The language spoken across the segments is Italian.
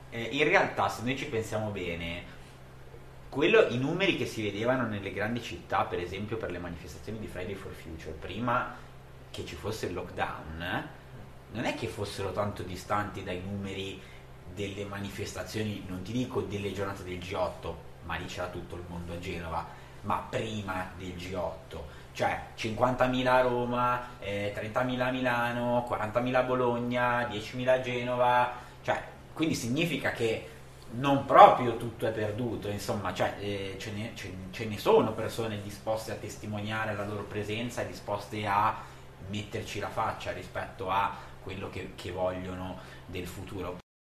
in realtà se noi ci pensiamo bene, i numeri che si vedevano nelle grandi città, per esempio per le manifestazioni di Friday for Future, prima che ci fosse il lockdown, non è che fossero tanto distanti dai numeri delle manifestazioni, non ti dico delle giornate del G8, ma lì c'era tutto il mondo a Genova, ma prima del G8. Cioè 50.000 a Roma, 30.000 a Milano, 40.000 a Bologna, 10.000 a Genova, cioè, quindi significa che non proprio tutto è perduto, insomma, cioè, ce ne sono persone disposte a testimoniare la loro presenza e disposte a metterci la faccia rispetto a quello che vogliono del futuro.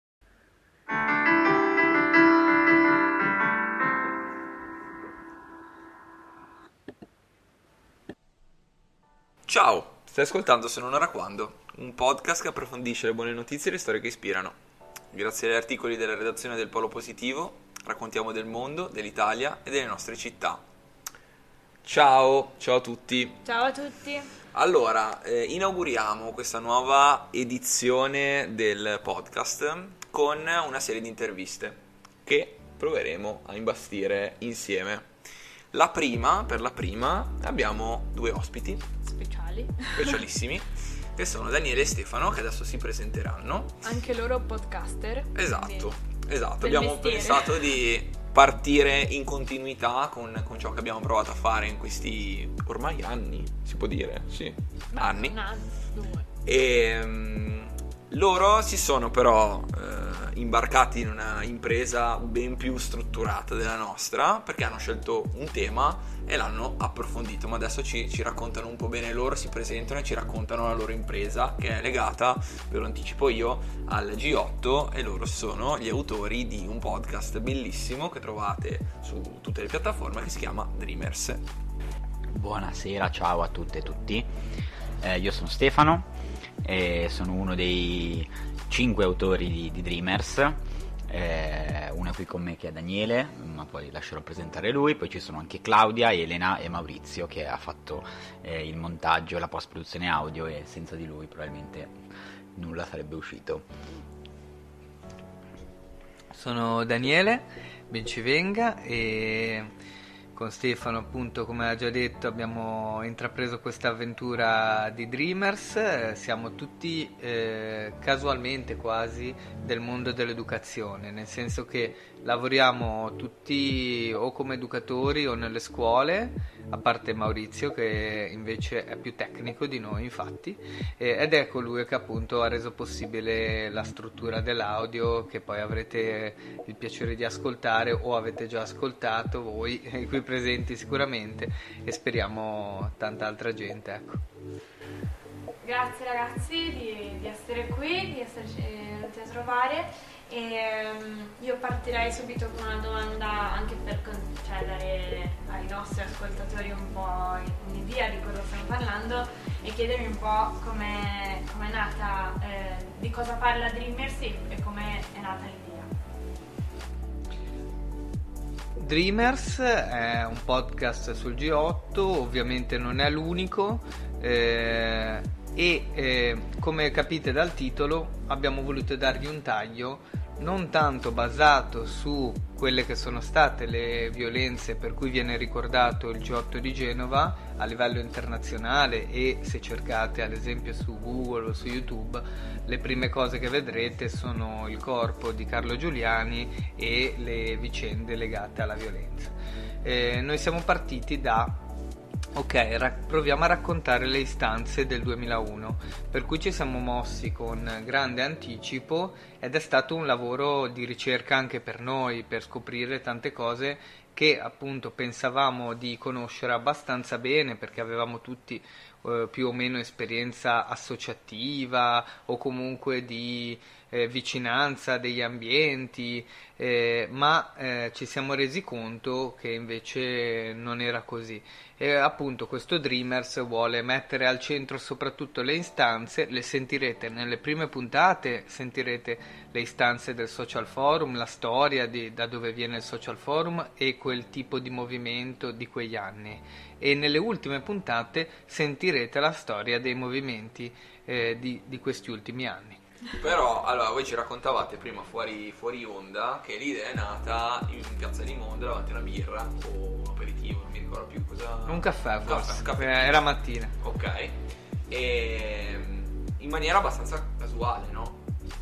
Ciao, stai ascoltando Se non era quando, un podcast che approfondisce le buone notizie e le storie che ispirano. Grazie agli articoli della redazione del Polo Positivo, raccontiamo del mondo, dell'Italia e delle nostre città. Ciao a tutti. Ciao a tutti. Allora, inauguriamo questa nuova edizione del podcast con una serie di interviste che proveremo a imbastire insieme. Per la prima abbiamo due ospiti specialissimi che sono Daniele e Stefano, che adesso si presenteranno. Anche loro podcaster. Esatto. Del Abbiamo mestiere. pensato di partire in continuità con ciò che abbiamo provato a fare in questi ormai anni, si può dire, sì, anni. Un anno, 2. E loro si sono però imbarcati in una impresa ben più strutturata della nostra, perché hanno scelto un tema e l'hanno approfondito, ma adesso ci raccontano un po' bene loro, si presentano e ci raccontano la loro impresa, che è legata, ve lo anticipo io, al G8, e loro sono gli autori di un podcast bellissimo che trovate su tutte le piattaforme, che si chiama Dreamers. Buonasera, ciao a tutte e tutti. Io sono Stefano e sono uno dei 5 autori di Dreamers. Uno è qui con me che è Daniele, ma poi lascerò presentare lui. Poi ci sono anche Claudia, Elena e Maurizio, che ha fatto il montaggio e la post produzione audio, e senza di lui probabilmente nulla sarebbe uscito. Sono Daniele, ben ci venga, e con Stefano, appunto, come ha già detto, abbiamo intrapreso questa avventura di Dreamers. Siamo tutti casualmente quasi del mondo dell'educazione, nel senso che lavoriamo tutti o come educatori o nelle scuole, a parte Maurizio che invece è più tecnico di noi, infatti, ed è colui che appunto ha reso possibile la struttura dell'audio, che poi avrete il piacere di ascoltare o avete già ascoltato voi qui presenti sicuramente, e speriamo tanta altra gente, ecco. Grazie ragazzi di essere qui, di esserci venuti a trovare. Io partirei subito con una domanda, anche per dare ai nostri ascoltatori un po' un'idea di cosa stiamo parlando, e chiedermi un po' come è nata, di cosa parla Dreamers e come è nata l'idea. Dreamers è un podcast sul G8, ovviamente non è l'unico, e come capite dal titolo abbiamo voluto dargli un taglio non tanto basato su quelle che sono state le violenze per cui viene ricordato il G8 di Genova a livello internazionale, e se cercate ad esempio su Google o su YouTube le prime cose che vedrete sono il corpo di Carlo Giuliani e le vicende legate alla violenza. Noi siamo partiti da proviamo a raccontare le istanze del 2001, per cui ci siamo mossi con grande anticipo, ed è stato un lavoro di ricerca anche per noi, per scoprire tante cose che appunto pensavamo di conoscere abbastanza bene, perché avevamo tutti più o meno esperienza associativa o comunque di vicinanza degli ambienti, ma ci siamo resi conto che invece non era così. E appunto questo Dreamers vuole mettere al centro soprattutto le istanze. Le sentirete nelle prime puntate, sentirete le istanze del social forum, la storia da dove viene il social forum e quel tipo di movimento di quegli anni, e nelle ultime puntate sentirete la storia dei movimenti di questi ultimi anni. Però, allora, voi ci raccontavate prima fuori onda che l'idea è nata in Piazza di Monde davanti a una birra o un aperitivo, non mi ricordo più cosa. Un caffè forse, un caffè. era mattina. Ok. E in maniera abbastanza casuale, no?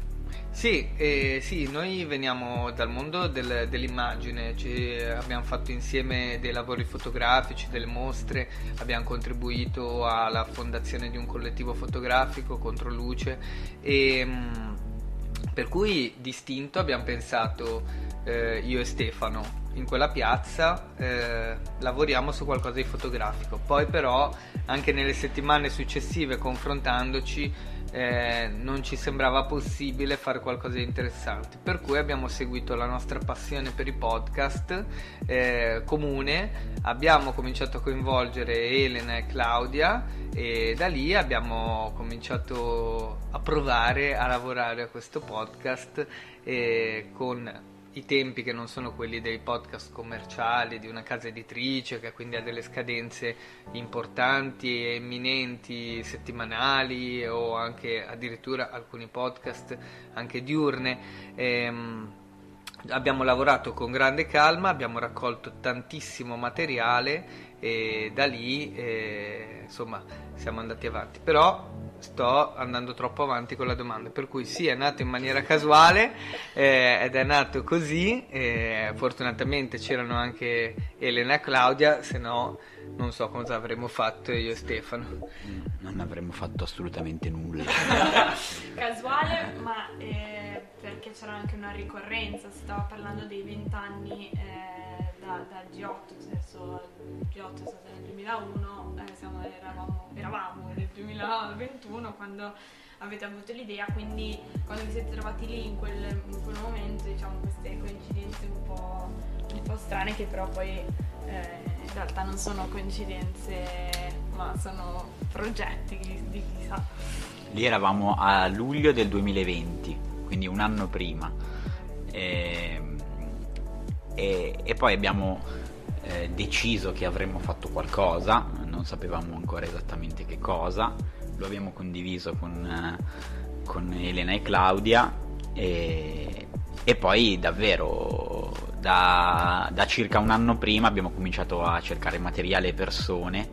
Sì, noi veniamo dal mondo dell'immagine, abbiamo fatto insieme dei lavori fotografici, delle mostre, abbiamo contribuito alla fondazione di un collettivo fotografico, Controluce, e per cui distinto abbiamo pensato, io e Stefano, in quella piazza lavoriamo su qualcosa di fotografico. Poi però anche nelle settimane successive, confrontandoci, non ci sembrava possibile fare qualcosa di interessante, per cui abbiamo seguito la nostra passione per i podcast comune, abbiamo cominciato a coinvolgere Elena e Claudia e da lì abbiamo cominciato a provare a lavorare a questo podcast con i tempi che non sono quelli dei podcast commerciali di una casa editrice che quindi ha delle scadenze importanti e imminenti settimanali o anche addirittura alcuni podcast anche diurne. Abbiamo lavorato con grande calma, abbiamo raccolto tantissimo materiale e da lì insomma siamo andati avanti, però sto andando troppo avanti con la domanda, per cui sì, è nato in maniera casuale ed è nato così, fortunatamente c'erano anche Elena e Claudia, se no non so cosa avremmo fatto io e Stefano. Non avremmo fatto assolutamente nulla. Casuale, ma perché c'era anche una ricorrenza, si stava parlando dei 20 anni dal G8, nel senso il G8 è stato nel 2001, eravamo nel 2021 quando avete avuto l'idea, quindi quando vi siete trovati lì in quel momento, diciamo, queste coincidenze un po' strane, che però poi in realtà non sono coincidenze ma sono progetti di chissà. Lì eravamo a luglio del 2020, quindi un anno prima, e poi abbiamo deciso che avremmo fatto qualcosa, non sapevamo ancora esattamente che cosa, lo abbiamo condiviso con Elena e Claudia e poi davvero da circa un anno prima abbiamo cominciato a cercare materiale e persone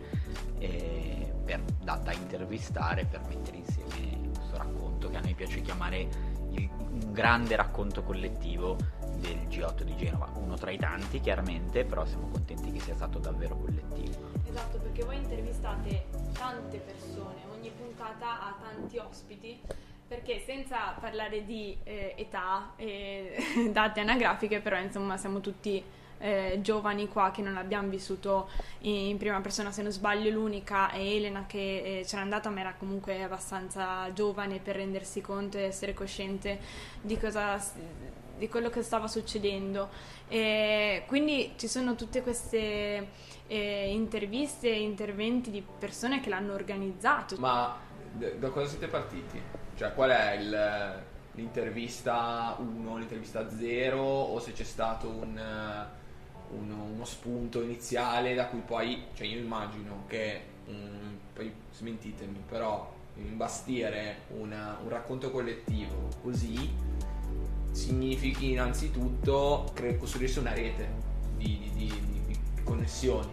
da intervistare per mettere insieme questo racconto che a noi piace chiamare un grande racconto collettivo del G8 di Genova, uno tra i tanti chiaramente, però siamo contenti che sia stato davvero collettivo. Esatto, perché voi intervistate tante persone, ogni puntata ha tanti ospiti, perché senza parlare di età e date anagrafiche, però insomma siamo tutti giovani qua che non abbiamo vissuto in prima persona, se non sbaglio l'unica è Elena che c'era andata, ma era comunque abbastanza giovane per rendersi conto e essere cosciente di quello che stava succedendo, quindi ci sono tutte queste interviste e interventi di persone che l'hanno organizzato. Ma da cosa siete partiti? Cioè qual è l'intervista 1, l'intervista 0, o se c'è stato uno spunto iniziale da cui poi, cioè io immagino che poi smentitemi, però imbastire un racconto collettivo così significhi innanzitutto costruirsi una rete di connessioni.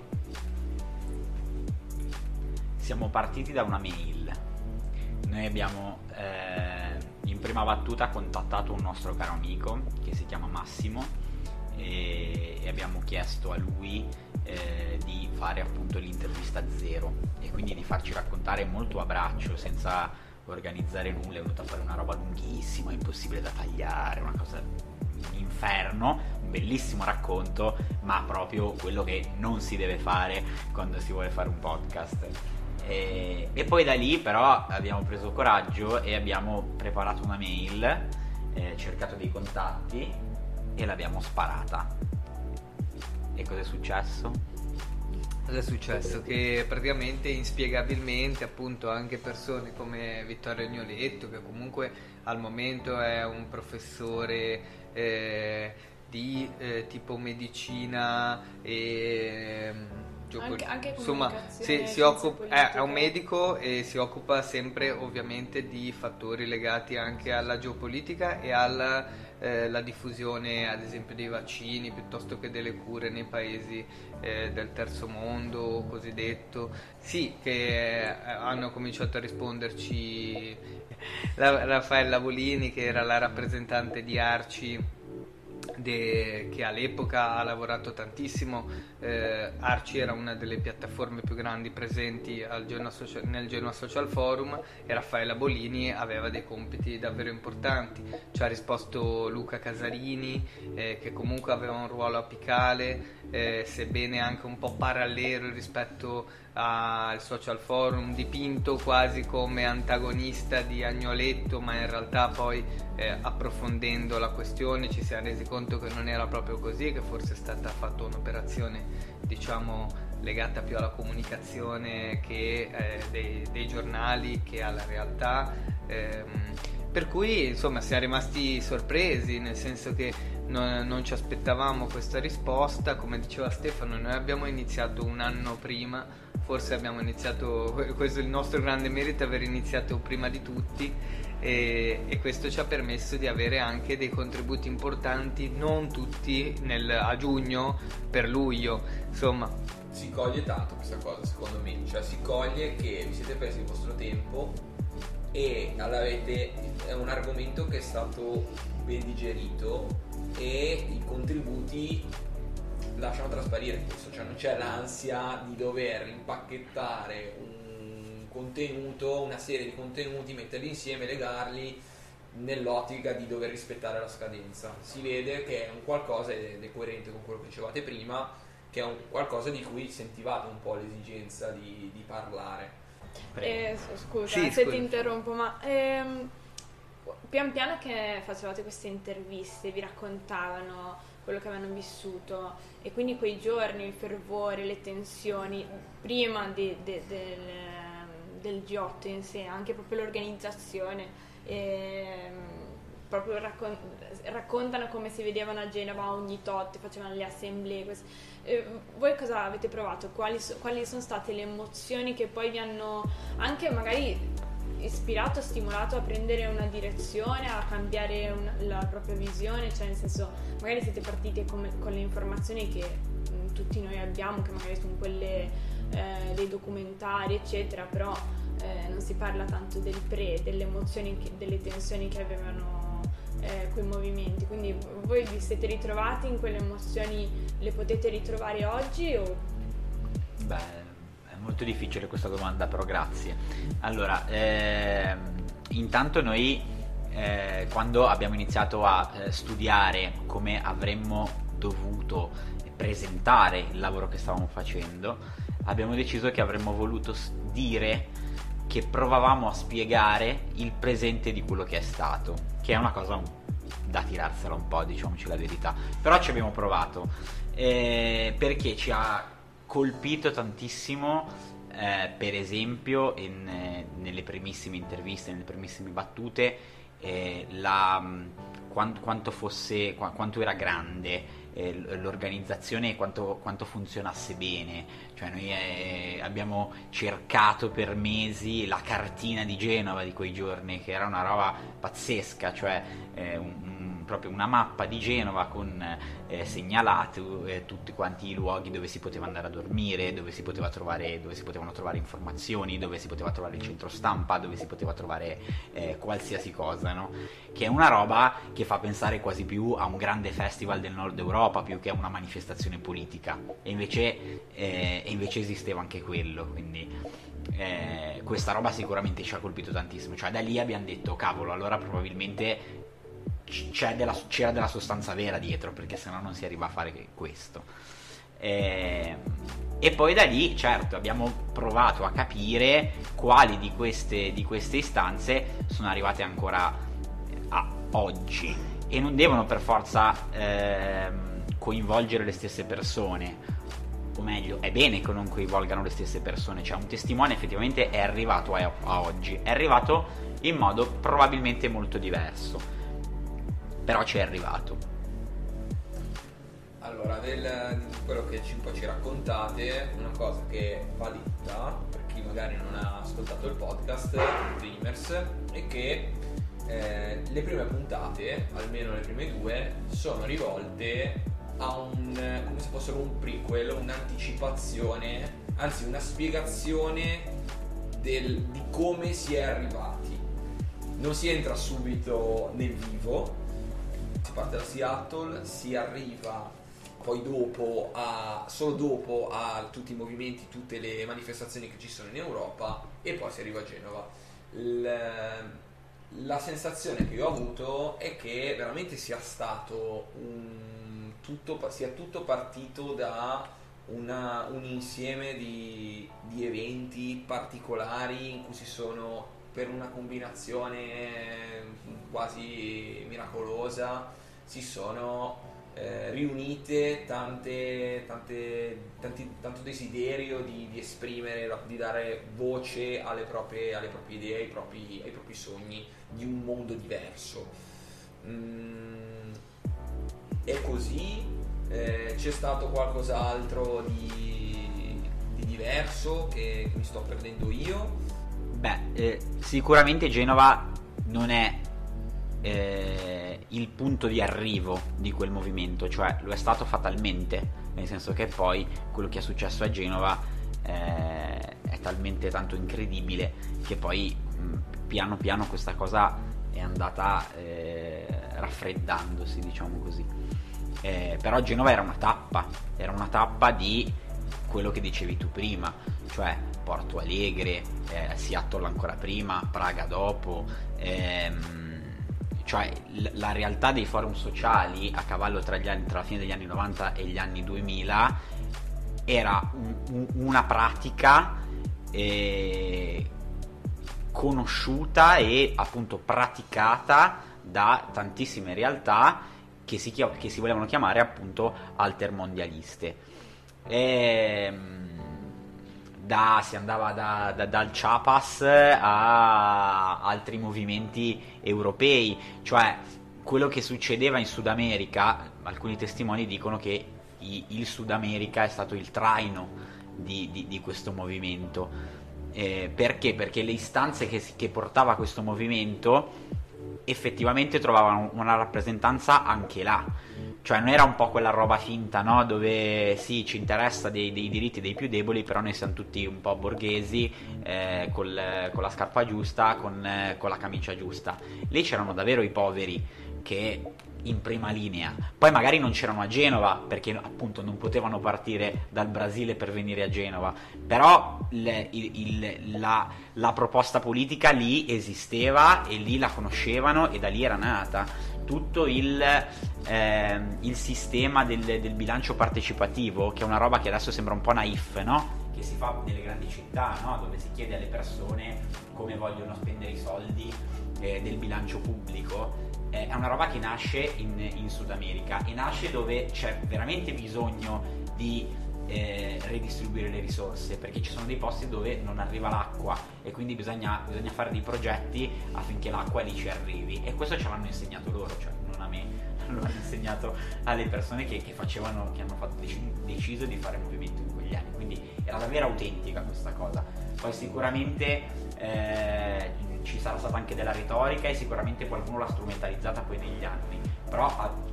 Siamo partiti da una mail. Noi abbiamo in prima battuta contattato un nostro caro amico che si chiama Massimo e abbiamo chiesto a lui di fare appunto l'intervista 0 e quindi di farci raccontare molto a braccio, senza organizzare nulla. È venuta fuori una roba lunghissima, impossibile da tagliare, una cosa, un inferno, un bellissimo racconto, ma proprio quello che non si deve fare quando si vuole fare un podcast. E poi da lì però abbiamo preso coraggio e abbiamo preparato una mail, cercato dei contatti e l'abbiamo sparata. E cosa è successo? Cosa è successo? Che praticamente inspiegabilmente appunto anche persone come Vittorio Agnoletto, che comunque al momento è un professore di tipo medicina e Anche insomma, comunicazione, si occupa, è un politiche. medico e si occupa sempre ovviamente di fattori legati anche alla geopolitica e alla la diffusione ad esempio dei vaccini piuttosto che delle cure nei paesi del terzo mondo cosiddetto. Sì, che hanno cominciato a risponderci Raffaella Bolini, che era la rappresentante di Arci, che all'epoca ha lavorato tantissimo. Arci era una delle piattaforme più grandi presenti nel Genoa Social Forum, e Raffaella Bolini aveva dei compiti davvero importanti. Ci ha risposto Luca Casarini, che comunque aveva un ruolo apicale, sebbene anche un po' parallelo rispetto al Social Forum, dipinto quasi come antagonista di Agnoletto, ma in realtà poi approfondendo la questione ci siamo resi conto che non era proprio così, che forse è stata fatta un'operazione diciamo legata più alla comunicazione che dei giornali che alla realtà, per cui insomma siamo rimasti sorpresi, nel senso che non ci aspettavamo questa risposta. Come diceva Stefano, noi abbiamo iniziato un anno prima, forse abbiamo iniziato, questo è il nostro grande merito, aver iniziato prima di tutti, e questo ci ha permesso di avere anche dei contributi importanti, non tutti a giugno, per luglio, insomma. Si coglie tanto questa cosa, secondo me, cioè si coglie che vi siete presi il vostro tempo e è un argomento che è stato ben digerito e i contributi lasciano trasparire questo, cioè non c'è l'ansia di dover impacchettare un contenuto, una serie di contenuti, metterli insieme, legarli nell'ottica di dover rispettare la scadenza. Si vede che è un qualcosa, ed è coerente con quello che dicevate prima, che è un qualcosa di cui sentivate un po' l'esigenza di parlare. Scusa, Sì, se scusa. ti interrompo, ma pian piano che facevate queste interviste vi raccontavano quello che avevano vissuto, e quindi quei giorni, il fervore, le tensioni prima del G8 in sé, anche proprio l'organizzazione, proprio raccontano come si vedevano a Genova ogni tot, facevano le assemblee. Voi cosa avete provato? Quali sono state le emozioni che poi vi hanno anche magari ispirato, stimolato a prendere una direzione, a cambiare la propria visione? Cioè, nel senso, magari siete partiti con le informazioni che tutti noi abbiamo, che magari sono quelle dei documentari eccetera, però non si parla tanto delle emozioni, delle tensioni che avevano quei movimenti. Quindi voi vi siete ritrovati in quelle emozioni, le potete ritrovare oggi o? Beh, è molto difficile questa domanda, però grazie. Allora, intanto noi quando abbiamo iniziato a studiare come avremmo dovuto presentare il lavoro che stavamo facendo, abbiamo deciso che avremmo voluto dire che provavamo a spiegare il presente di quello che è stato, che è una cosa da tirarsela un po', diciamoci la verità, però ci abbiamo provato, perché ci ha colpito tantissimo, per esempio nelle primissime interviste, nelle primissime battute, quanto era grande l'organizzazione e quanto funzionasse bene. Cioè noi abbiamo cercato per mesi la cartina di Genova di quei giorni, che era una roba pazzesca, cioè proprio una mappa di Genova con segnalati tutti quanti i luoghi dove si poteva andare a dormire, dove si potevano trovare informazioni, dove si poteva trovare il centro stampa, dove si poteva trovare qualsiasi cosa, no? Che è una roba che fa pensare quasi più a un grande festival del nord Europa più che a una manifestazione politica, e invece esisteva anche quello. Quindi questa roba sicuramente ci ha colpito tantissimo, cioè da lì abbiamo detto cavolo, allora probabilmente c'era della sostanza vera dietro, perché sennò non si arriva a fare questo. E poi da lì, certo, abbiamo provato a capire quali di queste istanze sono arrivate ancora a oggi, e non devono per forza coinvolgere le stesse persone, o meglio, è bene che non coinvolgano le stesse persone. Cioè un testimone effettivamente è arrivato a oggi, è arrivato in modo probabilmente molto diverso, però ci è arrivato. Allora, di quello che un po' ci raccontate, una cosa che va detta, per chi magari non ha ascoltato il podcast, Dreamers, è che le prime puntate, almeno le prime 2, sono rivolte a come se fossero un prequel, un'anticipazione, anzi una spiegazione di come si è arrivati. Non si entra subito nel vivo, si parte da Seattle, si arriva poi solo dopo a tutti i movimenti, tutte le manifestazioni che ci sono in Europa, e poi si arriva a Genova. La sensazione che io ho avuto è che veramente sia stato tutto partito da un insieme di eventi particolari in cui si sono, per una combinazione quasi miracolosa, si sono riunite tanto desiderio di esprimere, di dare voce alle proprie idee, ai propri sogni di un mondo diverso. È così? C'è stato qualcos'altro di diverso che mi sto perdendo io? Beh, sicuramente Genova non è il punto di arrivo di quel movimento, cioè lo è stato fatalmente, nel senso che poi quello che è successo a Genova è talmente tanto incredibile che poi piano piano questa cosa è andata raffreddandosi, diciamo così. Però Genova era una tappa di quello che dicevi tu prima, cioè Porto Alegre, Seattle ancora prima, Praga dopo, cioè la realtà dei forum sociali a cavallo tra la fine degli anni 90 e gli anni 2000 era una pratica conosciuta e appunto praticata da tantissime realtà che si volevano chiamare appunto altermondialiste. Si andava dal Chiapas a altri movimenti europei, cioè quello che succedeva in Sud America. Alcuni testimoni dicono che il Sud America è stato il traino di questo movimento. Perché? Perché le istanze che portava questo movimento effettivamente trovavano una rappresentanza anche là, cioè non era un po' quella roba finta, no? Dove sì, ci interessa dei diritti dei più deboli, però noi siamo tutti un po' borghesi, con la scarpa giusta, con la camicia giusta. Lì c'erano davvero i poveri che in prima linea, poi magari non c'erano a Genova perché appunto non potevano partire dal Brasile per venire a Genova, però la proposta politica lì esisteva e lì la conoscevano e da lì era nata tutto il sistema del bilancio partecipativo, che è una roba che adesso sembra un po' naif, no? Che si fa nelle grandi città, no? Dove si chiede alle persone come vogliono spendere i soldi del bilancio pubblico. È una roba che nasce in Sud America e nasce dove c'è veramente bisogno di redistribuire le risorse, perché ci sono dei posti dove non arriva l'acqua e quindi bisogna fare dei progetti affinché l'acqua lì ci arrivi, e questo ce l'hanno insegnato loro, cioè non a me, lo hanno insegnato alle persone che hanno deciso di fare movimento in quegli anni, quindi era davvero autentica questa cosa. Poi sicuramente ci sarà stata anche della retorica e sicuramente qualcuno l'ha strumentalizzata poi negli anni, però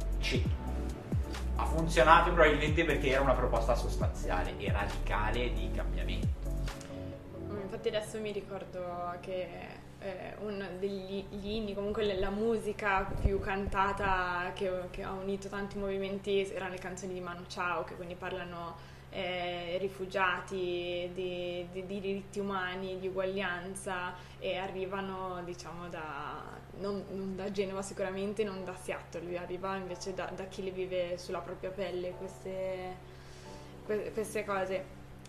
ha funzionato probabilmente perché era una proposta sostanziale e radicale di cambiamento. Infatti adesso mi ricordo che uno degli inni, comunque la musica più cantata che ha unito tanti movimenti erano le canzoni di Manu Chao, che quindi parlano rifugiati, di diritti umani, di uguaglianza, e arrivano diciamo non da Genova sicuramente, non da Seattle, arriva invece da chi le vive sulla propria pelle queste cose.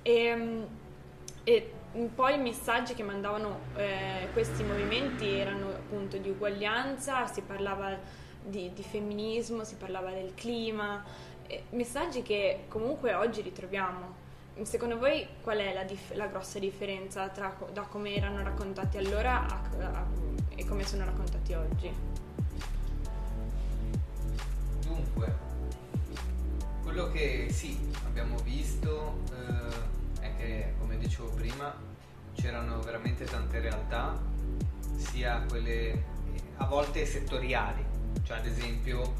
E poi i messaggi che mandavano questi movimenti erano appunto di uguaglianza, si parlava di femminismo, si parlava del clima, messaggi che comunque oggi ritroviamo. Secondo voi qual è la grossa differenza da come erano raccontati allora e come sono raccontati oggi? Dunque, quello che sì, abbiamo visto è che, come dicevo prima, c'erano veramente tante realtà, sia quelle a volte settoriali, cioè ad esempio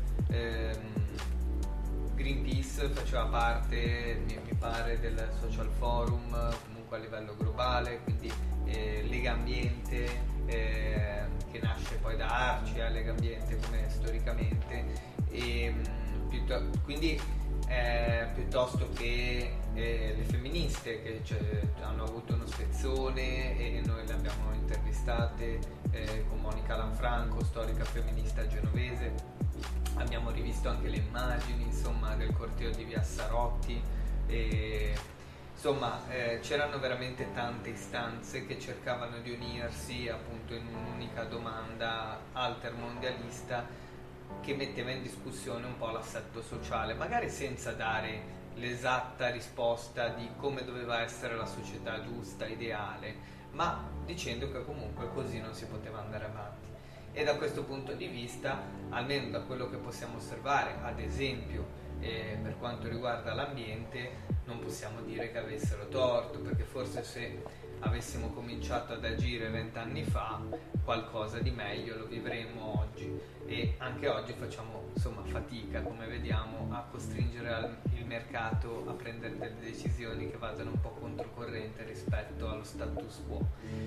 Greenpeace faceva parte, mi pare, del Social Forum comunque a livello globale, quindi Lega Ambiente, che nasce poi da Arcia, Lega Ambiente come storicamente, e quindi piuttosto che le femministe che hanno avuto uno spezzone e noi le abbiamo intervistate con Monica Lanfranco, storica femminista genovese. Abbiamo rivisto anche le immagini, insomma, del corteo di Via Sarotti, e insomma c'erano veramente tante istanze che cercavano di unirsi appunto in un'unica domanda altermondialista che metteva in discussione un po' l'assetto sociale, magari senza dare l'esatta risposta di come doveva essere la società giusta, ideale, ma dicendo che comunque così non si poteva andare avanti. E da questo punto di vista, almeno da quello che possiamo osservare, ad esempio per quanto riguarda l'ambiente, non possiamo dire che avessero torto, perché forse se avessimo cominciato ad agire 20 anni fa qualcosa di meglio lo vivremmo oggi, e anche oggi facciamo insomma fatica, come vediamo, a costringere il mercato a prendere delle decisioni che vadano un po' controcorrente rispetto allo status quo.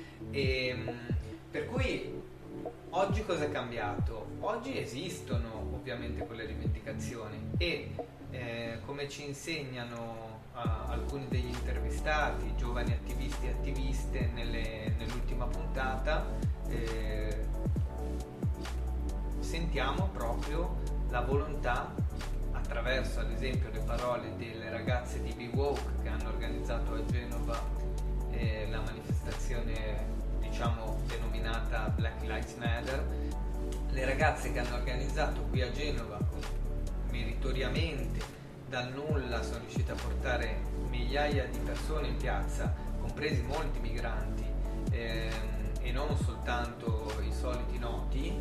Per cui oggi cosa è cambiato? Oggi esistono ovviamente quelle rivendicazioni e come ci insegnano alcuni degli intervistati, giovani attivisti e attiviste nell'ultima puntata, sentiamo proprio la volontà, attraverso ad esempio le parole delle ragazze di Be Woke che hanno organizzato a Genova la manifestazione, diciamo, denominata Black Lives Matter. Le ragazze che hanno organizzato qui a Genova, meritoriamente, dal nulla sono riuscite a portare migliaia di persone in piazza, compresi molti migranti, e non soltanto i soliti noti.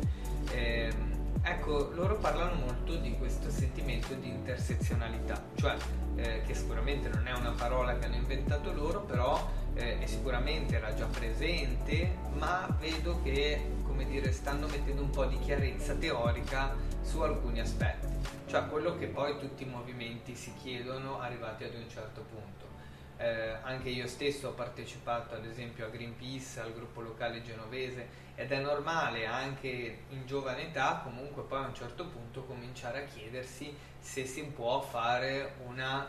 Ecco, loro parlano molto di questo sentimento di intersezionalità, cioè che sicuramente non è una parola che hanno inventato loro, però e sicuramente era già presente, ma vedo che, come dire, stanno mettendo un po' di chiarezza teorica su alcuni aspetti, cioè quello che poi tutti i movimenti si chiedono arrivati ad un certo punto. Anche io stesso ho partecipato ad esempio a Greenpeace, al gruppo locale genovese, ed è normale anche in giovane età comunque poi a un certo punto cominciare a chiedersi se si può fare una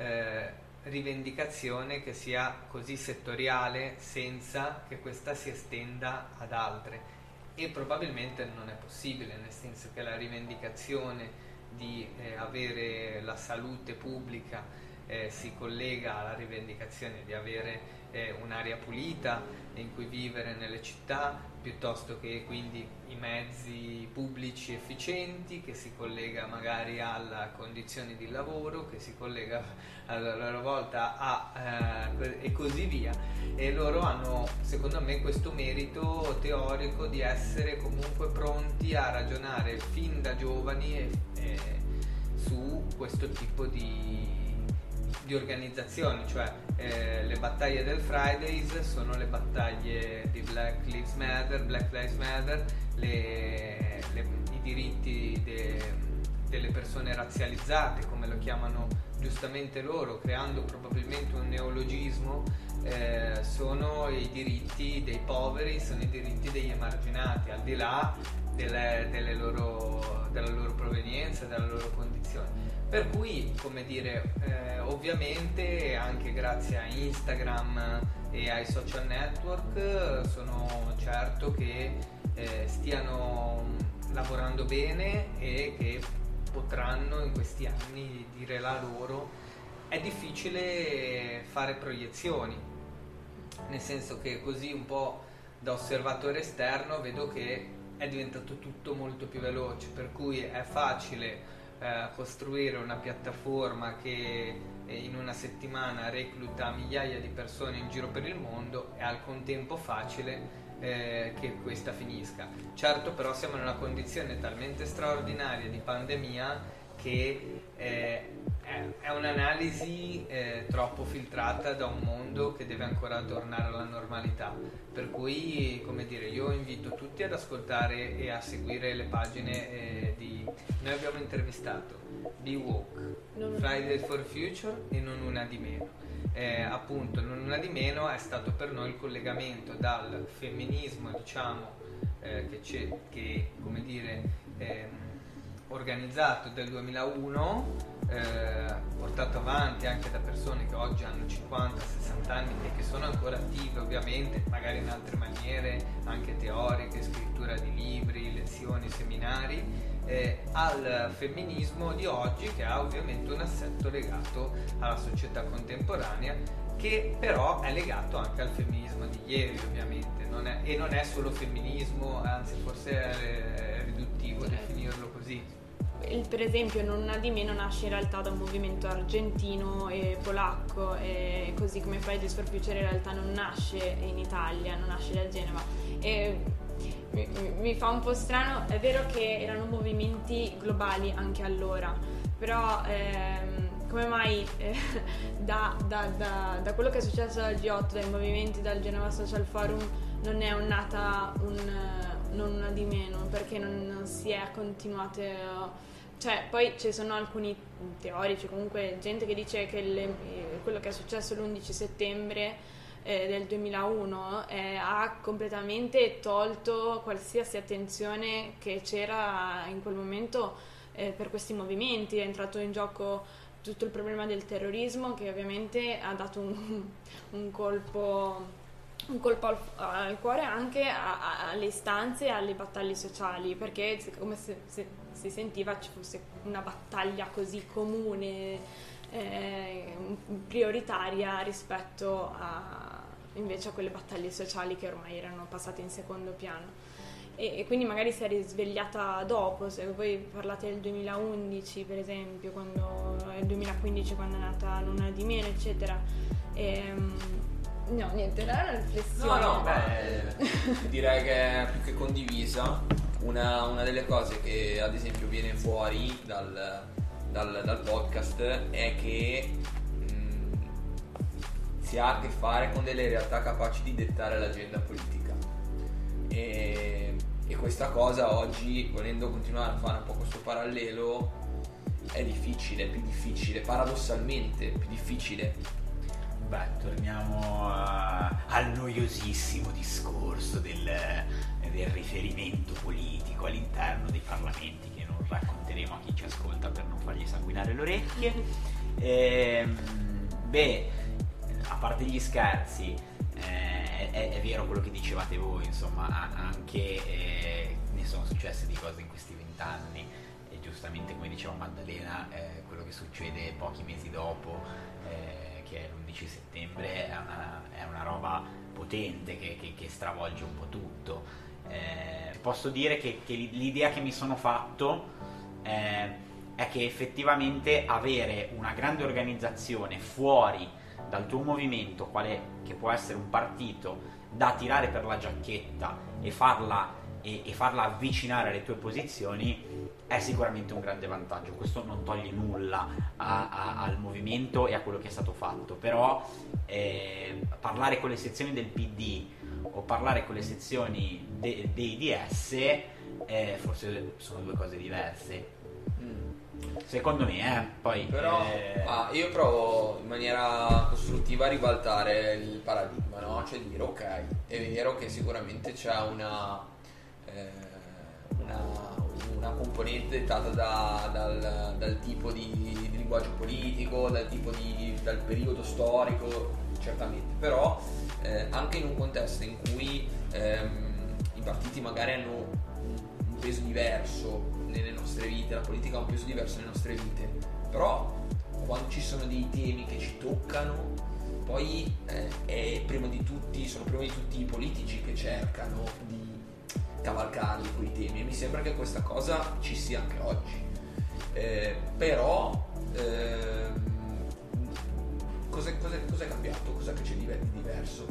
rivendicazione che sia così settoriale senza che questa si estenda ad altre, e probabilmente non è possibile, nel senso che la rivendicazione di avere la salute pubblica si collega alla rivendicazione di avere un'aria pulita in cui vivere nelle città, piuttosto che quindi i mezzi pubblici efficienti, che si collega magari alla condizioni di lavoro, che si collega a loro volta e così via. E loro hanno, secondo me, questo merito teorico di essere comunque pronti a ragionare fin da giovani su questo tipo di organizzazioni, cioè le battaglie del Fridays sono le battaglie di Black Lives Matter, i diritti delle persone razzializzate, come lo chiamano giustamente loro, creando probabilmente un neologismo, sono i diritti dei poveri, sono i diritti degli emarginati, al di là della loro provenienza, della loro condizione. Per cui, come dire, ovviamente anche grazie a Instagram e ai social network sono certo che stiano lavorando bene e che potranno in questi anni dire la loro. È difficile fare proiezioni, nel senso che così un po' da osservatore esterno vedo che è diventato tutto molto più veloce, per cui è facile costruire una piattaforma che in una settimana recluta migliaia di persone in giro per il mondo, e al contempo facile che questa finisca. Certo, però siamo in una condizione talmente straordinaria di pandemia che è un'analisi troppo filtrata da un mondo che deve ancora tornare alla normalità, per cui, come dire, io invito tutti ad ascoltare e a seguire le pagine di... Noi abbiamo intervistato Be Woke, Fridays for Future e Non Una Di Meno. Appunto, Non Una Di Meno è stato per noi il collegamento dal femminismo, diciamo, che come dire, organizzato del 2001, portato avanti anche da persone che oggi hanno 50-60 anni e che sono ancora attive, ovviamente, magari in altre maniere, anche teoriche, scrittura di libri, lezioni, seminari, al femminismo di oggi, che ha ovviamente un assetto legato alla società contemporanea, che però è legato anche al femminismo di ieri, ovviamente, non è solo femminismo, anzi forse è riduttivo definirlo così. Per esempio Non Una Di Meno nasce in realtà da un movimento argentino e polacco, e così come Fridays for Future in realtà non nasce in Italia, non nasce da Genova, e mi fa un po' strano. È vero che erano movimenti globali anche allora, però come mai da quello che è successo al G8, dai movimenti, dal Genova Social Forum, non è nata Non Una Di Meno? Perché non si è continuato? Cioè, poi ci sono alcuni teorici, comunque gente che dice che quello che è successo l'11 settembre del 2001 ha completamente tolto qualsiasi attenzione che c'era in quel momento per questi movimenti. È entrato in gioco tutto il problema del terrorismo, che ovviamente ha dato un colpo al cuore anche alle istanze e alle battaglie sociali, perché come se si sentiva ci fosse una battaglia così comune, prioritaria rispetto invece a quelle battaglie sociali che ormai erano passate in secondo piano. E quindi magari si è risvegliata dopo. Se voi parlate del 2011 per esempio, il 2015 quando è nata Non Una Di Meno, eccetera, no, niente, era una riflessione. Direi che è più che condivisa. Una delle cose che ad esempio viene fuori dal podcast è che si ha a che fare con delle realtà capaci di dettare l'agenda politica, e questa cosa oggi, volendo continuare a fare un po' questo parallelo, è difficile, è più difficile, paradossalmente più difficile. Beh, torniamo al noiosissimo discorso del riferimento politico all'interno dei parlamenti, che non racconteremo a chi ci ascolta per non fargli sanguinare le orecchie. A parte gli scherzi, è vero quello che dicevate voi, insomma, anche ne sono successe di cose in questi 20 anni, e giustamente, come diceva Maddalena, quello che succede pochi mesi dopo, che è l'11 settembre, è una roba potente che stravolge un po' tutto. Posso dire che l'idea che mi sono fatto è che effettivamente avere una grande organizzazione fuori dal tuo movimento, che può essere un partito, da tirare per la giacchetta e farla avvicinare alle tue posizioni, è sicuramente un grande vantaggio. Questo non toglie nulla al movimento e a quello che è stato fatto, però parlare con le sezioni del PD o parlare con le sezioni dei DS forse sono due cose diverse, secondo me, poi però io provo in maniera costruttiva a ribaltare il paradigma, no? Cioè dire, ok, è vero che sicuramente c'è una componente dettata dal tipo di linguaggio politico, dal periodo storico, certamente, però anche in un contesto in cui i partiti magari hanno un peso diverso nelle nostre vite, la politica ha un peso diverso nelle nostre vite, però quando ci sono dei temi che ci toccano, poi sono prima di tutti i politici che cercano di cavalcarli quei temi, e mi sembra che questa cosa ci sia anche oggi. Però cos'è cambiato? Cos'è che c'è di diverso?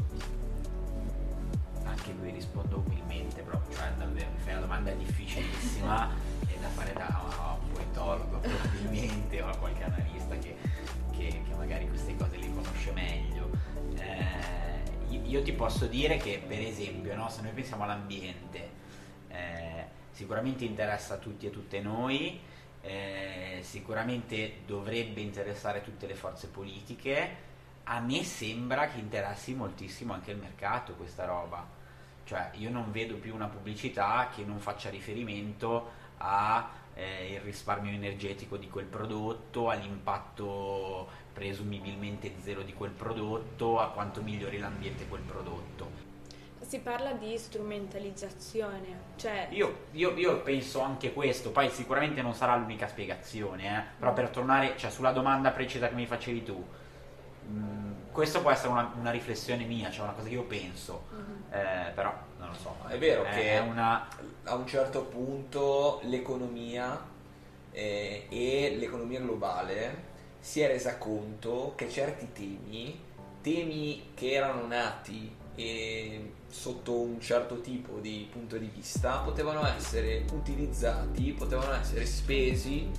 Anche qui rispondo umilmente, proprio, cioè davvero mi fai una domanda difficilissima. da fare da un politologo probabilmente, o a qualche analista che magari queste cose le conosce meglio. Io ti posso dire che, per esempio, no, se noi pensiamo all'ambiente, sicuramente interessa a tutti e tutte noi, sicuramente dovrebbe interessare tutte le forze politiche. A me sembra che interessi moltissimo anche il mercato questa roba, cioè io non vedo più una pubblicità che non faccia riferimento a il risparmio energetico di quel prodotto, all'impatto presumibilmente zero di quel prodotto, a quanto migliori l'ambiente quel prodotto. Si parla di strumentalizzazione, cioè io penso anche questo, poi sicuramente non sarà l'unica spiegazione, però per tornare, cioè, sulla domanda precisa che mi facevi tu, questo può essere una riflessione mia, cioè una cosa che io penso, però non lo so. È vero che a un certo punto l'economia e l'economia globale si è resa conto che certi temi che erano nati sotto un certo tipo di punto di vista potevano essere utilizzati, potevano essere spesi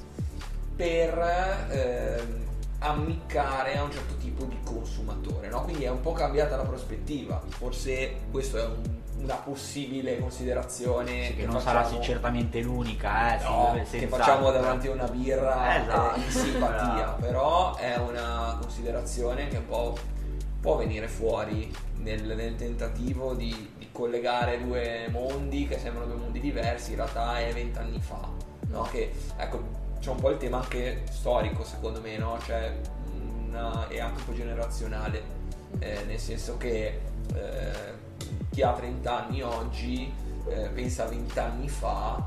per ammiccare a un certo tipo di consumatore, no? Quindi è un po' cambiata la prospettiva. Forse questo è una possibile considerazione, sì, che non sarà certamente l'unica, che facciamo davanti a una birra di simpatia, però è una considerazione che un po' può venire fuori nel tentativo di collegare due mondi che sembrano due mondi diversi, in realtà è 20 anni fa, no? Che, ecco, c'è un po' il tema anche storico, secondo me, no? Cioè, è anche un po' generazionale, nel senso che chi ha 30 anni oggi pensa a 20 anni fa,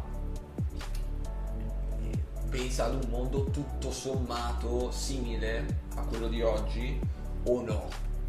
pensa ad un mondo tutto sommato simile a quello di oggi, o no?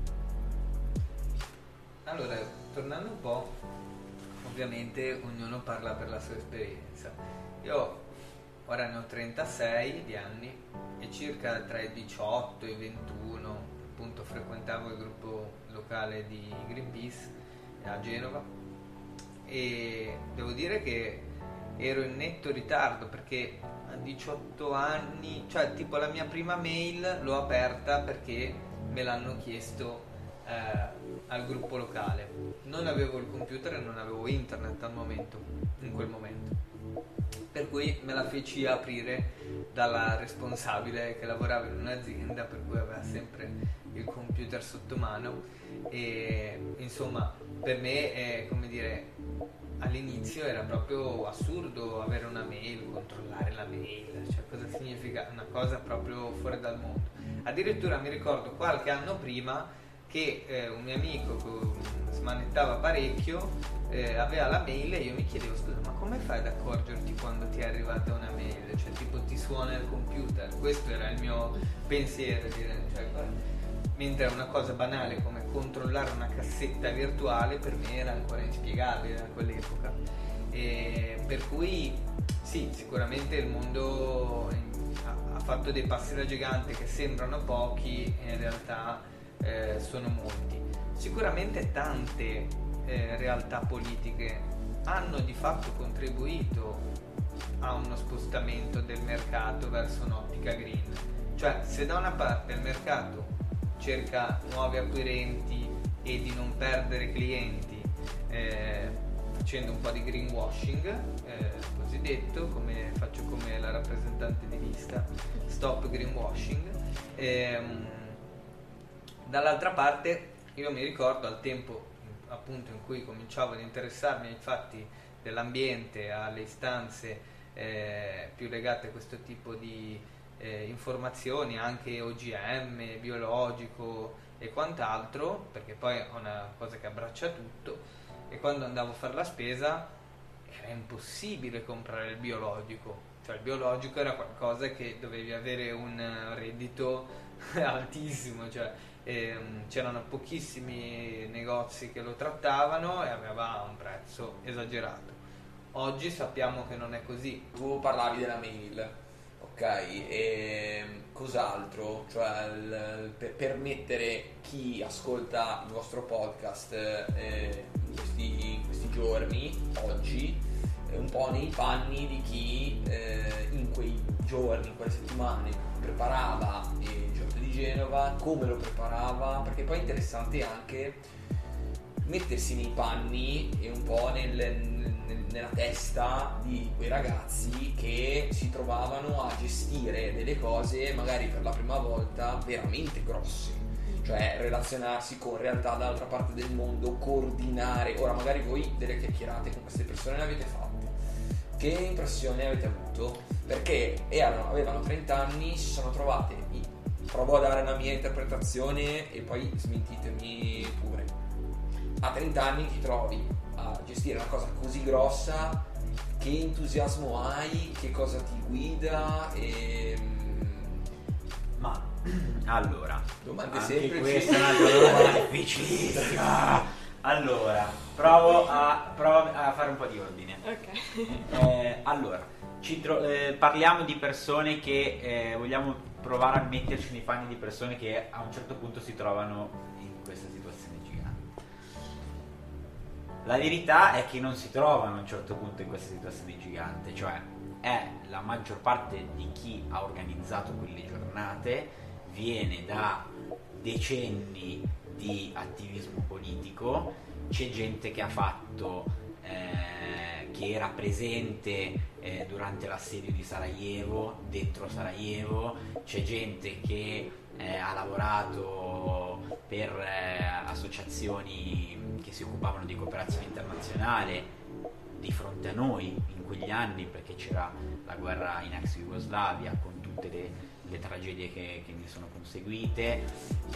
Allora, tornando un po', ovviamente ognuno parla per la sua esperienza. Io ora ne ho 36 di anni e circa tra i 18 e i 21 appunto frequentavo il gruppo locale di Greenpeace a Genova e devo dire che ero in netto ritardo perché a 18 anni, cioè tipo la mia prima mail l'ho aperta perché me l'hanno chiesto al gruppo locale. Non avevo il computer e non avevo internet in quel momento, per cui me la feci aprire dalla responsabile che lavorava in un'azienda, per cui aveva sempre il computer sotto mano e insomma per me come dire, all'inizio era proprio assurdo avere una mail, controllare la mail, cioè cosa significa, una cosa proprio fuori dal mondo. Addirittura mi ricordo qualche anno prima che un mio amico smanettava parecchio, aveva la mail e io mi chiedevo, scusa, ma come fai ad accorgerti quando ti è arrivata una mail? Cioè tipo ti suona il computer, questo era il mio pensiero, cioè, mentre una cosa banale come controllare una cassetta virtuale per me era ancora inspiegabile a quell'epoca, per cui sì, sicuramente il mondo ha fatto dei passi da gigante che sembrano pochi e in realtà sono molti. Sicuramente tante realtà politiche hanno di fatto contribuito a uno spostamento del mercato verso un'ottica green, cioè se da una parte il mercato cerca nuovi acquirenti e di non perdere clienti facendo un po' di greenwashing cosiddetto, come faccio come la rappresentante di lista Stop Greenwashing, dall'altra parte io mi ricordo al tempo appunto in cui cominciavo ad interessarmi ai fatti dell'ambiente, alle istanze più legate a questo tipo di informazioni, anche OGM, biologico e quant'altro, perché poi è una cosa che abbraccia tutto, e quando andavo a fare la spesa era impossibile comprare il biologico, cioè il biologico era qualcosa che dovevi avere un reddito altissimo, cioè c'erano pochissimi negozi che lo trattavano e aveva un prezzo esagerato. Oggi sappiamo che non è così. Tu parlavi della mail, ok, e cos'altro? Cioè per mettere chi ascolta il vostro podcast in questi giorni, oggi, un po' nei panni di chi in quei giorni, in quelle settimane preparava il G8 di Genova, come lo preparava, perché poi è interessante anche mettersi nei panni e un po' nella testa di quei ragazzi che si trovavano a gestire delle cose magari per la prima volta veramente grosse, cioè relazionarsi con realtà dall'altra parte del mondo, coordinare. Ora magari voi delle chiacchierate con queste persone le avete fatte, che impressione avete avuto? Perché avevano 30 anni, si sono trovate, provo a dare la mia interpretazione e poi smentitemi pure. A 30 anni ti trovi a gestire una cosa così grossa, che entusiasmo hai, che cosa ti guida Ma allora, domande anche semplici. questa è una domanda difficilissima. Allora, provo a fare un po' di ordine. Ok. Allora, parliamo di persone che vogliamo provare a metterci nei panni di persone che a un certo punto si trovano in questa situazione gigante. La verità è che non si trovano a un certo punto in questa situazione gigante, cioè è la maggior parte di chi ha organizzato quelle giornate viene da decenni di attivismo politico, c'è gente che ha fatto che era presente durante l'assedio di Sarajevo, dentro Sarajevo, c'è gente che ha lavorato per associazioni che si occupavano di cooperazione internazionale di fronte a noi in quegli anni, perché c'era la guerra in ex Jugoslavia con tutte le tragedie che ne sono conseguite.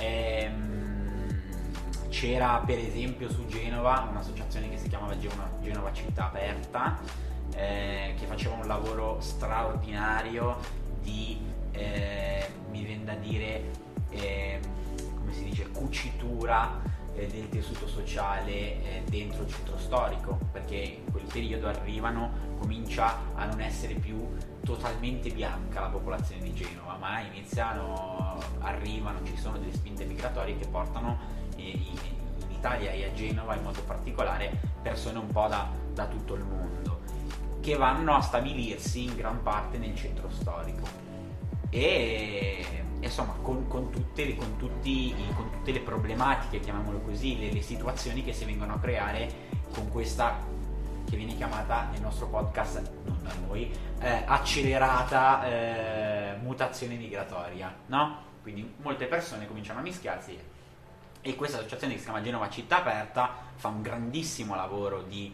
C'era per esempio su Genova un'associazione che si chiamava Genova Città Aperta, che faceva un lavoro straordinario di mi viene da dire come si dice, cucitura del tessuto sociale dentro il centro storico, perché in quel periodo comincia a non essere più totalmente bianca la popolazione di Genova, ma arrivano, ci sono delle spinte migratorie che portano in Italia e a Genova in modo particolare persone un po' da tutto il mondo, che vanno a stabilirsi in gran parte nel centro storico e insomma con tutte le problematiche, chiamiamolo così, le situazioni che si vengono a creare con questa, che viene chiamata nel nostro podcast, non da noi, accelerata mutazione migratoria, no? Quindi molte persone cominciano a mischiarsi e questa associazione che si chiama Genova Città Aperta fa un grandissimo lavoro di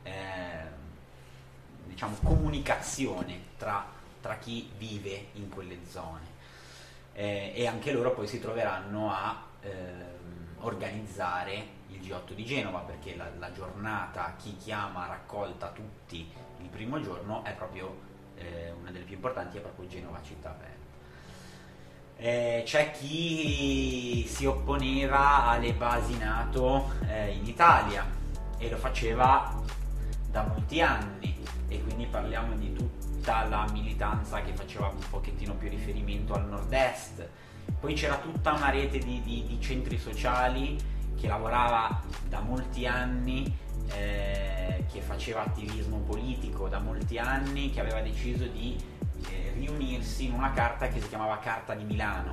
comunicazione tra chi vive in quelle zone, e anche loro poi si troveranno a organizzare il G8 di Genova, perché la giornata, chi chiama raccolta tutti il primo giorno, è proprio una delle più importanti, è proprio Genova Città Aperta. C'è chi si opponeva alle basi NATO in Italia e lo faceva da molti anni, e quindi parliamo di tutta la militanza che faceva un pochettino più riferimento al nord-est. Poi c'era tutta una rete di centri sociali che lavorava da molti anni, che faceva attivismo politico da molti anni, che aveva deciso di riunirsi in una carta che si chiamava Carta di Milano,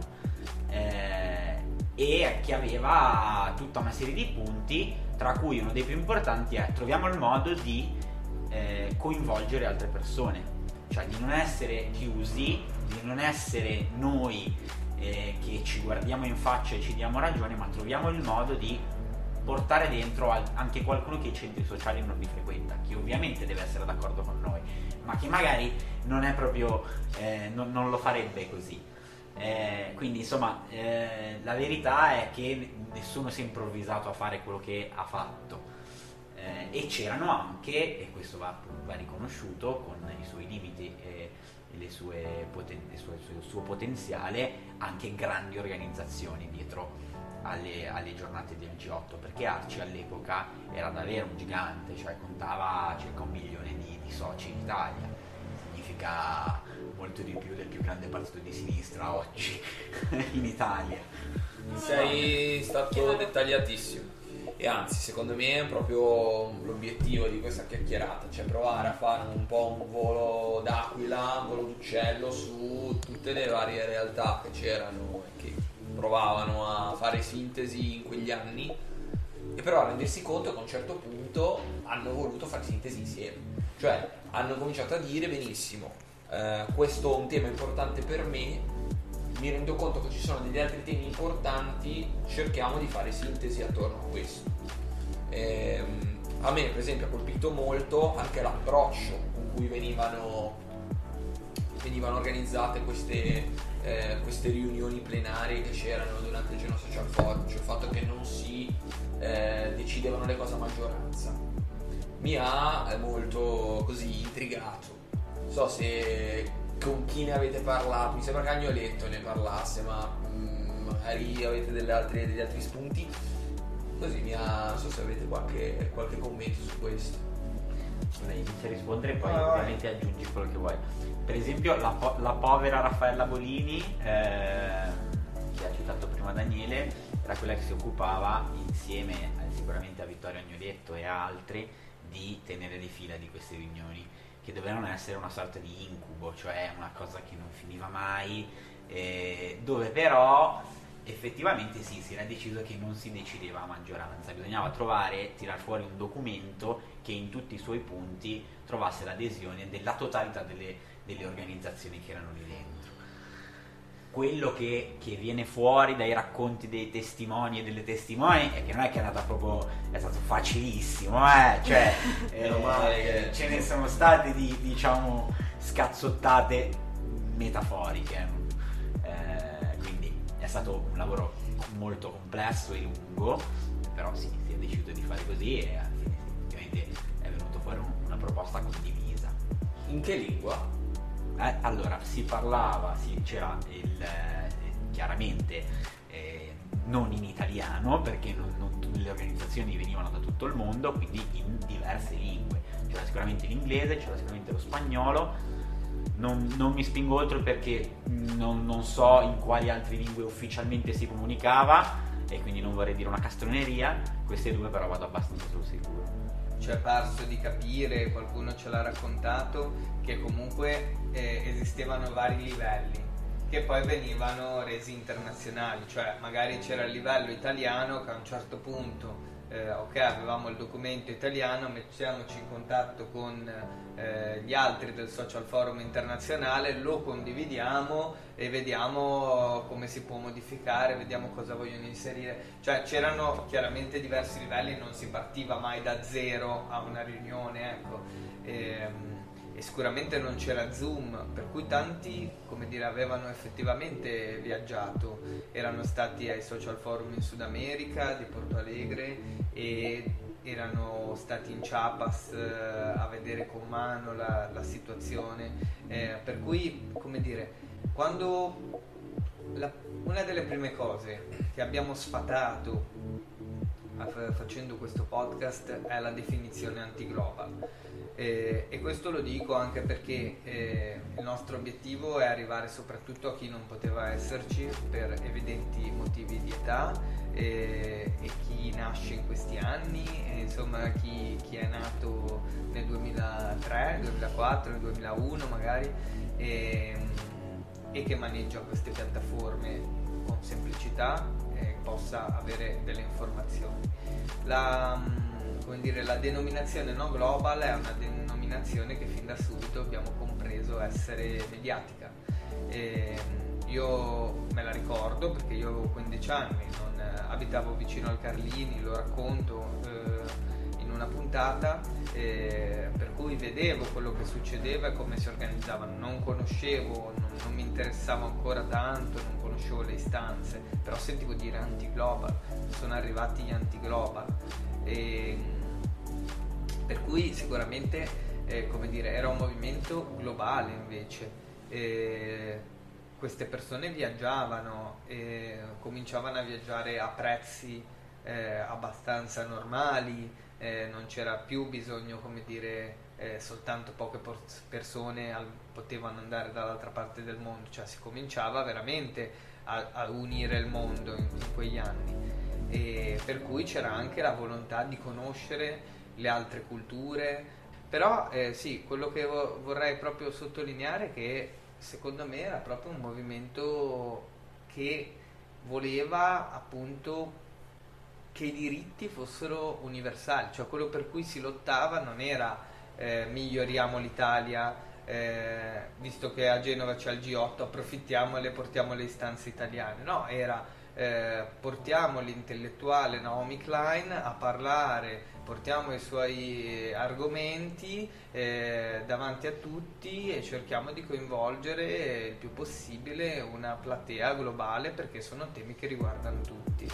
e che aveva tutta una serie di punti, tra cui uno dei più importanti è: troviamo il modo di coinvolgere altre persone, cioè di non essere chiusi, di non essere noi che ci guardiamo in faccia e ci diamo ragione, ma troviamo il modo di portare dentro anche qualcuno che i centri sociali non li frequenta, che ovviamente deve essere d'accordo con noi, ma che magari non è proprio non lo farebbe così. Quindi insomma la verità è che nessuno si è improvvisato a fare quello che ha fatto, e c'erano anche, e questo va riconosciuto con i suoi limiti e il suo potenziale, anche grandi organizzazioni dietro alle giornate del G8, perché Arci all'epoca era davvero un gigante, cioè contava circa 1 milione di soci in Italia, significa molto di più del più grande partito di sinistra oggi in Italia. Sei stato dettagliatissimo. E anzi, secondo me è proprio l'obiettivo di questa chiacchierata, cioè provare a fare un po' un volo d'aquila, un volo d'uccello su tutte le varie realtà che c'erano e che provavano a fare sintesi in quegli anni, e però a rendersi conto che a un certo punto hanno voluto fare sintesi insieme, cioè hanno cominciato a dire benissimo, questo è un tema importante per me, mi rendo conto che ci sono degli altri temi importanti, cerchiamo di fare sintesi attorno a questo. A me per esempio ha colpito molto anche l'approccio con cui venivano organizzate queste riunioni plenarie che c'erano durante il Genoa Social Forum, cioè il fatto che non si decidevano le cose a maggioranza mi ha molto così intrigato. Non so se con chi ne avete parlato, mi sembra che Agnoletto ne parlasse, ma magari avete degli altri spunti, così non so se avete qualche commento su questo. Inizia a rispondere e poi ovviamente aggiungi quello che vuoi. Per esempio la povera Raffaella Bolini, che ha citato prima Daniele, era quella che si occupava insieme sicuramente a Vittorio Agnoletto e a altri di tenere le fila di queste riunioni, che dovevano essere una sorta di incubo, cioè una cosa che non finiva mai, dove però effettivamente sì, si era deciso che non si decideva a maggioranza, bisognava tirar fuori un documento che in tutti i suoi punti trovasse l'adesione della totalità delle organizzazioni che erano lì dentro. Quello che viene fuori dai racconti dei testimoni e delle testimoni è che non è che è stato facilissimo, cioè ce ne sono state di, diciamo, scazzottate metaforiche, quindi è stato un lavoro molto complesso e lungo, però sì, si è deciso di fare così e alla fine ovviamente è venuto fuori una proposta condivisa. In che lingua? Allora, si parlava, c'era chiaramente non in italiano, perché non le organizzazioni venivano da tutto il mondo, quindi in diverse lingue. C'era sicuramente l'inglese, c'era sicuramente lo spagnolo, non mi spingo oltre perché non so in quali altre lingue ufficialmente si comunicava e quindi non vorrei dire una castroneria, queste due però vado abbastanza sul sicuro. Ci è parso di capire, qualcuno ce l'ha raccontato, che comunque esistevano vari livelli che poi venivano resi internazionali, cioè magari c'era il livello italiano che a un certo punto ok, avevamo il documento italiano, mettiamoci in contatto con gli altri del Social Forum internazionale, lo condividiamo e vediamo come si può modificare, vediamo cosa vogliono inserire, cioè c'erano chiaramente diversi livelli, non si partiva mai da zero a una riunione, ecco. E sicuramente non c'era Zoom, per cui tanti, come dire, avevano effettivamente viaggiato, erano stati ai Social Forum in Sud America di Porto Alegre e erano stati in Chiapas a vedere con mano la situazione, per cui, come dire, quando una delle prime cose che abbiamo sfatato facendo questo podcast è la definizione anti-global. E questo lo dico anche perché il nostro obiettivo è arrivare soprattutto a chi non poteva esserci per evidenti motivi di età e chi nasce in questi anni, e insomma chi è nato nel 2003, 2004, nel 2001 magari, e che maneggia queste piattaforme con semplicità e possa avere delle informazioni. La denominazione no global è una denominazione che fin da subito abbiamo compreso essere mediatica. Io me la ricordo perché io avevo 15 anni, abitavo vicino al Carlini, lo racconto in una puntata, per cui vedevo quello che succedeva e come si organizzavano. Non conoscevo, non mi interessavo ancora tanto, non conoscevo le istanze, però sentivo dire anti-global, sono arrivati gli anti-global. Per cui sicuramente come dire, era un movimento globale invece. Queste persone viaggiavano, cominciavano a viaggiare a prezzi abbastanza normali, non c'era più bisogno, come dire, soltanto poche persone potevano andare dall'altra parte del mondo, cioè si cominciava veramente a unire il mondo in quegli anni. e per cui c'era anche la volontà di conoscere le altre culture. Però sì, quello che vorrei proprio sottolineare è che secondo me era proprio un movimento che voleva appunto che i diritti fossero universali, cioè quello per cui si lottava non era miglioriamo l'Italia, visto che a Genova c'è il G8, approfittiamo e le portiamo le istanze italiane, no, era portiamo l'intellettuale Naomi Klein a parlare, portiamo i suoi argomenti davanti a tutti e cerchiamo di coinvolgere il più possibile una platea globale, perché sono temi che riguardano tutti.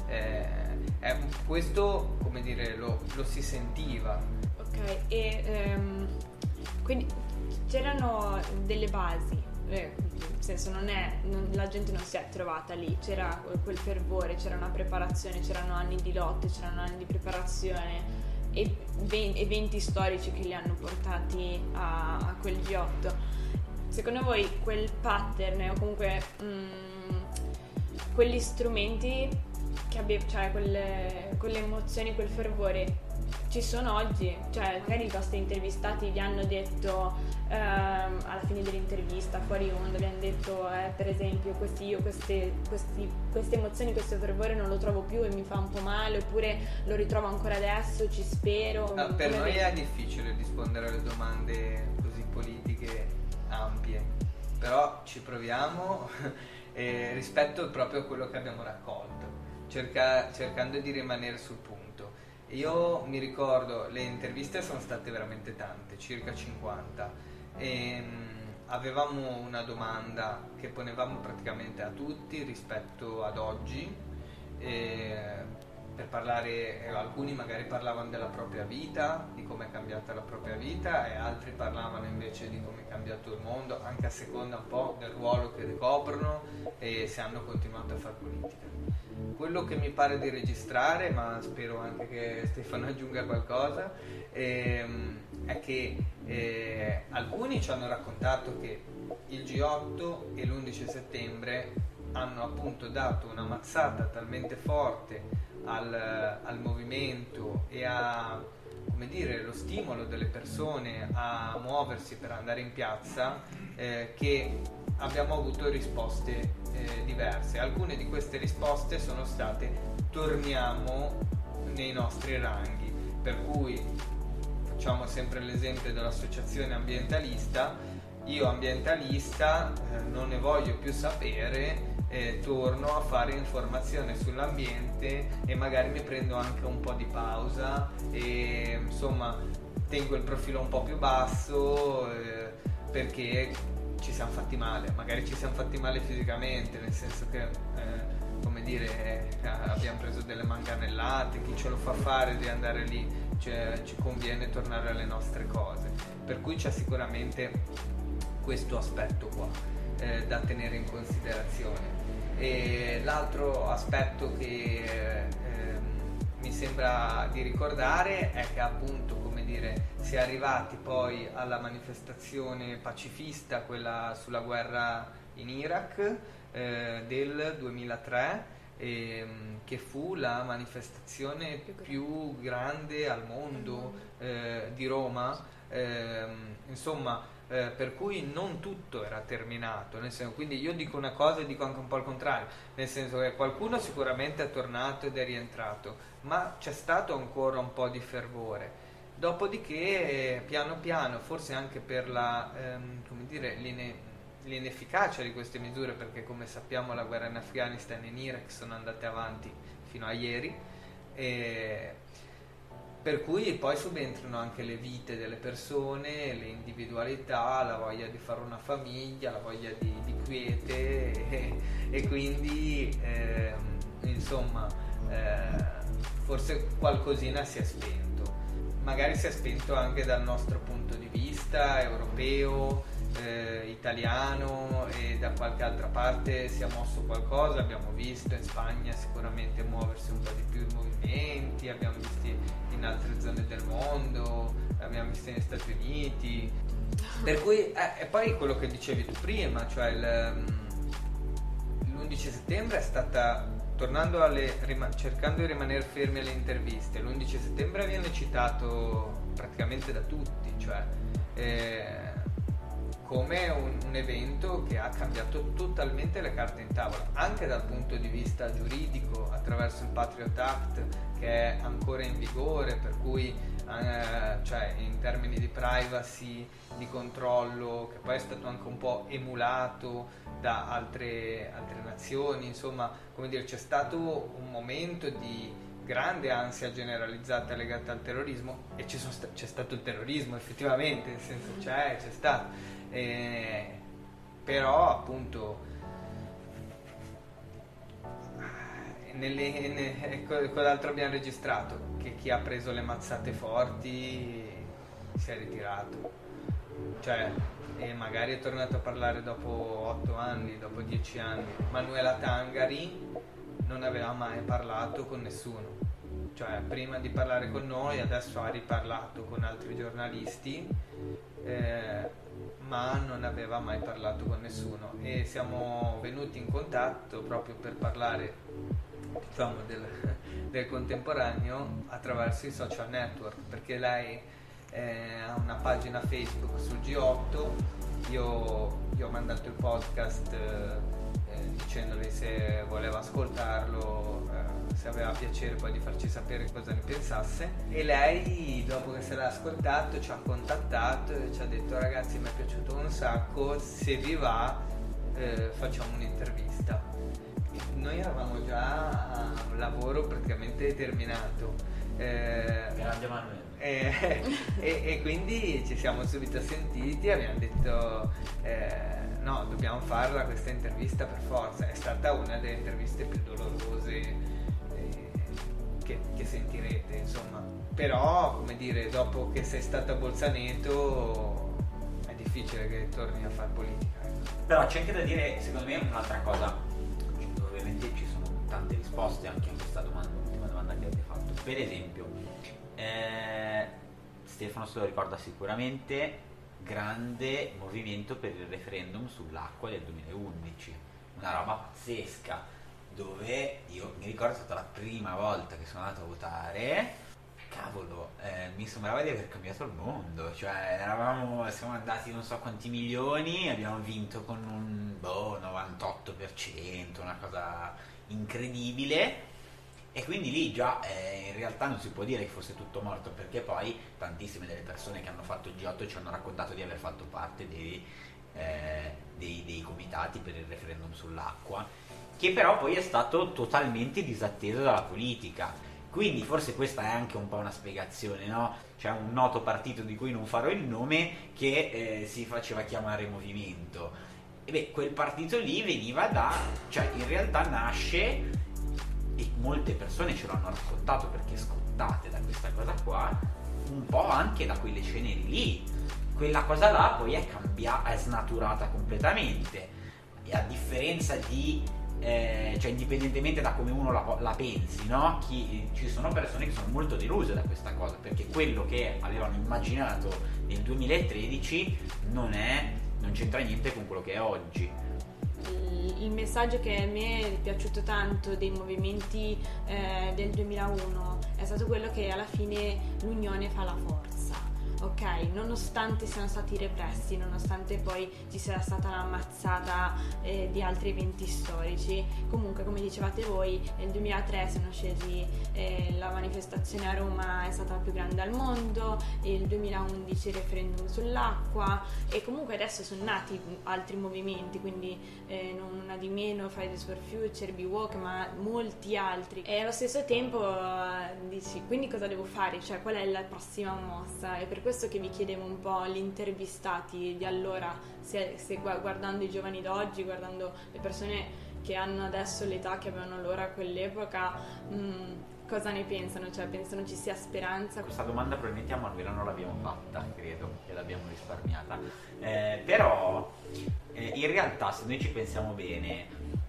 Questo, come dire, lo si sentiva. Ok, e quindi c'erano delle basi, nel senso la gente non si è trovata lì, c'era quel fervore, c'era una preparazione, c'erano anni di lotte, c'erano anni di preparazione e eventi storici che li hanno portati a quel G8. Secondo voi quel pattern o comunque quegli strumenti che cioè quelle emozioni, quel fervore ci sono oggi? Cioè magari i vostri intervistati vi hanno detto alla fine dell'intervista, fuori onda, vi hanno detto per esempio queste emozioni, questo fervore non lo trovo più e mi fa un po' male, oppure lo ritrovo ancora adesso, ci spero. Per noi è difficile rispondere alle domande così politiche ampie, però ci proviamo rispetto proprio a quello che abbiamo raccolto, cercando di rimanere sul punto. Io mi ricordo, le interviste sono state veramente tante, circa 50, e avevamo una domanda che ponevamo praticamente a tutti rispetto ad oggi, per parlare, alcuni magari parlavano della propria vita, di come è cambiata la propria vita, e altri parlavano invece di come è cambiato il mondo, anche a seconda un po' del ruolo che ricoprono e se hanno continuato a fare politica. Quello che mi pare di registrare, ma spero anche che Stefano aggiunga qualcosa, è che alcuni ci hanno raccontato che il G8 e l'11 settembre hanno appunto dato una mazzata talmente forte al movimento e a, come dire, lo stimolo delle persone a muoversi per andare in piazza, che abbiamo avuto risposte diverse. Alcune di queste risposte sono state: torniamo nei nostri ranghi, per cui facciamo sempre l'esempio dell'associazione ambientalista: io ambientalista non ne voglio più sapere, torno a fare informazione sull'ambiente e magari mi prendo anche un po' di pausa e insomma tengo il profilo un po' più basso, perché ci siamo fatti male, magari ci siamo fatti male fisicamente, nel senso che come dire, abbiamo preso delle manganellate, chi ce lo fa fare di andare lì, cioè, ci conviene tornare alle nostre cose, per cui c'è sicuramente questo aspetto qua da tenere in considerazione. E l'altro aspetto che mi sembra di ricordare è che appunto, come dire, si è arrivati poi alla manifestazione pacifista, quella sulla guerra in Iraq del 2003, che fu la manifestazione più grande al mondo di Roma, insomma, per cui non tutto era terminato, nel senso, quindi io dico una cosa e dico anche un po' il contrario, nel senso che qualcuno sicuramente è tornato ed è rientrato, ma c'è stato ancora un po' di fervore. Dopodiché piano piano, forse anche per la come dire, l'inefficacia di queste misure, perché come sappiamo la guerra in Afghanistan e in Iraq sono andate avanti fino a ieri, per cui poi subentrano anche le vite delle persone, le individualità, la voglia di fare una famiglia, la voglia di quiete, e quindi insomma forse qualcosina si è spento, magari si è spento anche dal nostro punto di vista europeo, italiano, e da qualche altra parte si è mosso qualcosa. Abbiamo visto in Spagna sicuramente muoversi un po' di più i movimenti, abbiamo visto in altre zone del mondo, abbiamo visto negli Stati Uniti, per cui e poi quello che dicevi tu prima, cioè l'11 settembre è stata tornando cercando di rimanere fermi alle interviste, l'11 settembre viene citato praticamente da tutti, cioè come un evento che ha cambiato totalmente le carte in tavola, anche dal punto di vista giuridico, attraverso il Patriot Act che è ancora in vigore, per cui cioè in termini di privacy, di controllo, che poi è stato anche un po' emulato da altre nazioni, insomma, come dire, c'è stato un momento di grande ansia generalizzata legata al terrorismo, e c'è stato il terrorismo effettivamente, nel senso c'è stato, però appunto quell'altro abbiamo registrato che chi ha preso le mazzate forti si è ritirato, cioè, e magari è tornato a parlare dopo 8 anni, dopo 10 anni. Manuela Tangari non aveva mai parlato con nessuno, cioè prima di parlare con noi adesso ha riparlato con altri giornalisti, ma non aveva mai parlato con nessuno, e siamo venuti in contatto proprio per parlare, diciamo, del contemporaneo attraverso i social network, perché lei ha una pagina Facebook sul G8, io gli ho mandato il podcast dicendole se voleva ascoltarlo, se aveva piacere poi di farci sapere cosa ne pensasse, e lei dopo che se l'ha ascoltato ci ha contattato e ci ha detto: ragazzi, mi è piaciuto un sacco, se vi va facciamo un'intervista. Noi eravamo già a un lavoro praticamente terminato, Grande Manuele. E quindi ci siamo subito sentiti e abbiamo detto no, dobbiamo farla questa intervista per forza. È stata una delle interviste più dolorose che sentirete, insomma, però, come dire, dopo che sei stato a Bolzaneto è difficile che torni a fare politica. Però c'è anche da dire, secondo me, un'altra cosa. Ovviamente ci sono tante risposte anche a questa domanda, l'ultima domanda che avete fatto. Per esempio, Stefano se lo ricorda sicuramente, grande movimento per il referendum sull'acqua del 2011, una roba pazzesca, dove io mi ricordo è stata la prima volta che sono andato a votare, cavolo, mi sembrava di aver cambiato il mondo, cioè siamo andati non so quanti milioni, abbiamo vinto con un 98%, una cosa incredibile. E quindi lì già in realtà non si può dire che fosse tutto morto, perché poi tantissime delle persone che hanno fatto il G8 ci hanno raccontato di aver fatto parte dei comitati per il referendum sull'acqua, che però poi è stato totalmente disatteso dalla politica. Quindi forse questa è anche un po' una spiegazione, no? C'è un noto partito di cui non farò il nome che si faceva chiamare Movimento. E beh, quel partito lì veniva cioè in realtà nasce, e molte persone ce l'hanno raccontato perché scottate da questa cosa qua, un po' anche da quelle ceneri lì. Quella cosa là poi è snaturata completamente, e a differenza di cioè indipendentemente da come uno la pensi, no? Ci sono persone che sono molto deluse da questa cosa, perché quello che avevano immaginato nel 2013 non c'entra niente con quello che è oggi. Il messaggio che a me è piaciuto tanto dei movimenti del 2001 è stato quello che alla fine l'unione fa la forza. Ok, nonostante siano stati repressi, nonostante poi ci sia stata l'ammazzata di altri eventi storici, comunque, come dicevate voi, nel 2003 sono scesi, la manifestazione a Roma è stata la più grande al mondo, il 2011 il referendum sull'acqua, e comunque adesso sono nati altri movimenti, quindi non una di meno, Fridays for Future, Be Woke, ma molti altri, e allo stesso tempo dici: quindi cosa devo fare? Cioè, qual è la prossima mossa? E per questo che vi chiedevo un po' gli intervistati di allora, se guardando i giovani d'oggi, guardando le persone che hanno adesso l'età che avevano loro a quell'epoca, cosa ne pensano? Cioè, pensano ci sia speranza? Questa domanda probabilmente a Manuela non l'abbiamo fatta, credo che l'abbiamo risparmiata, però in realtà, se noi ci pensiamo bene,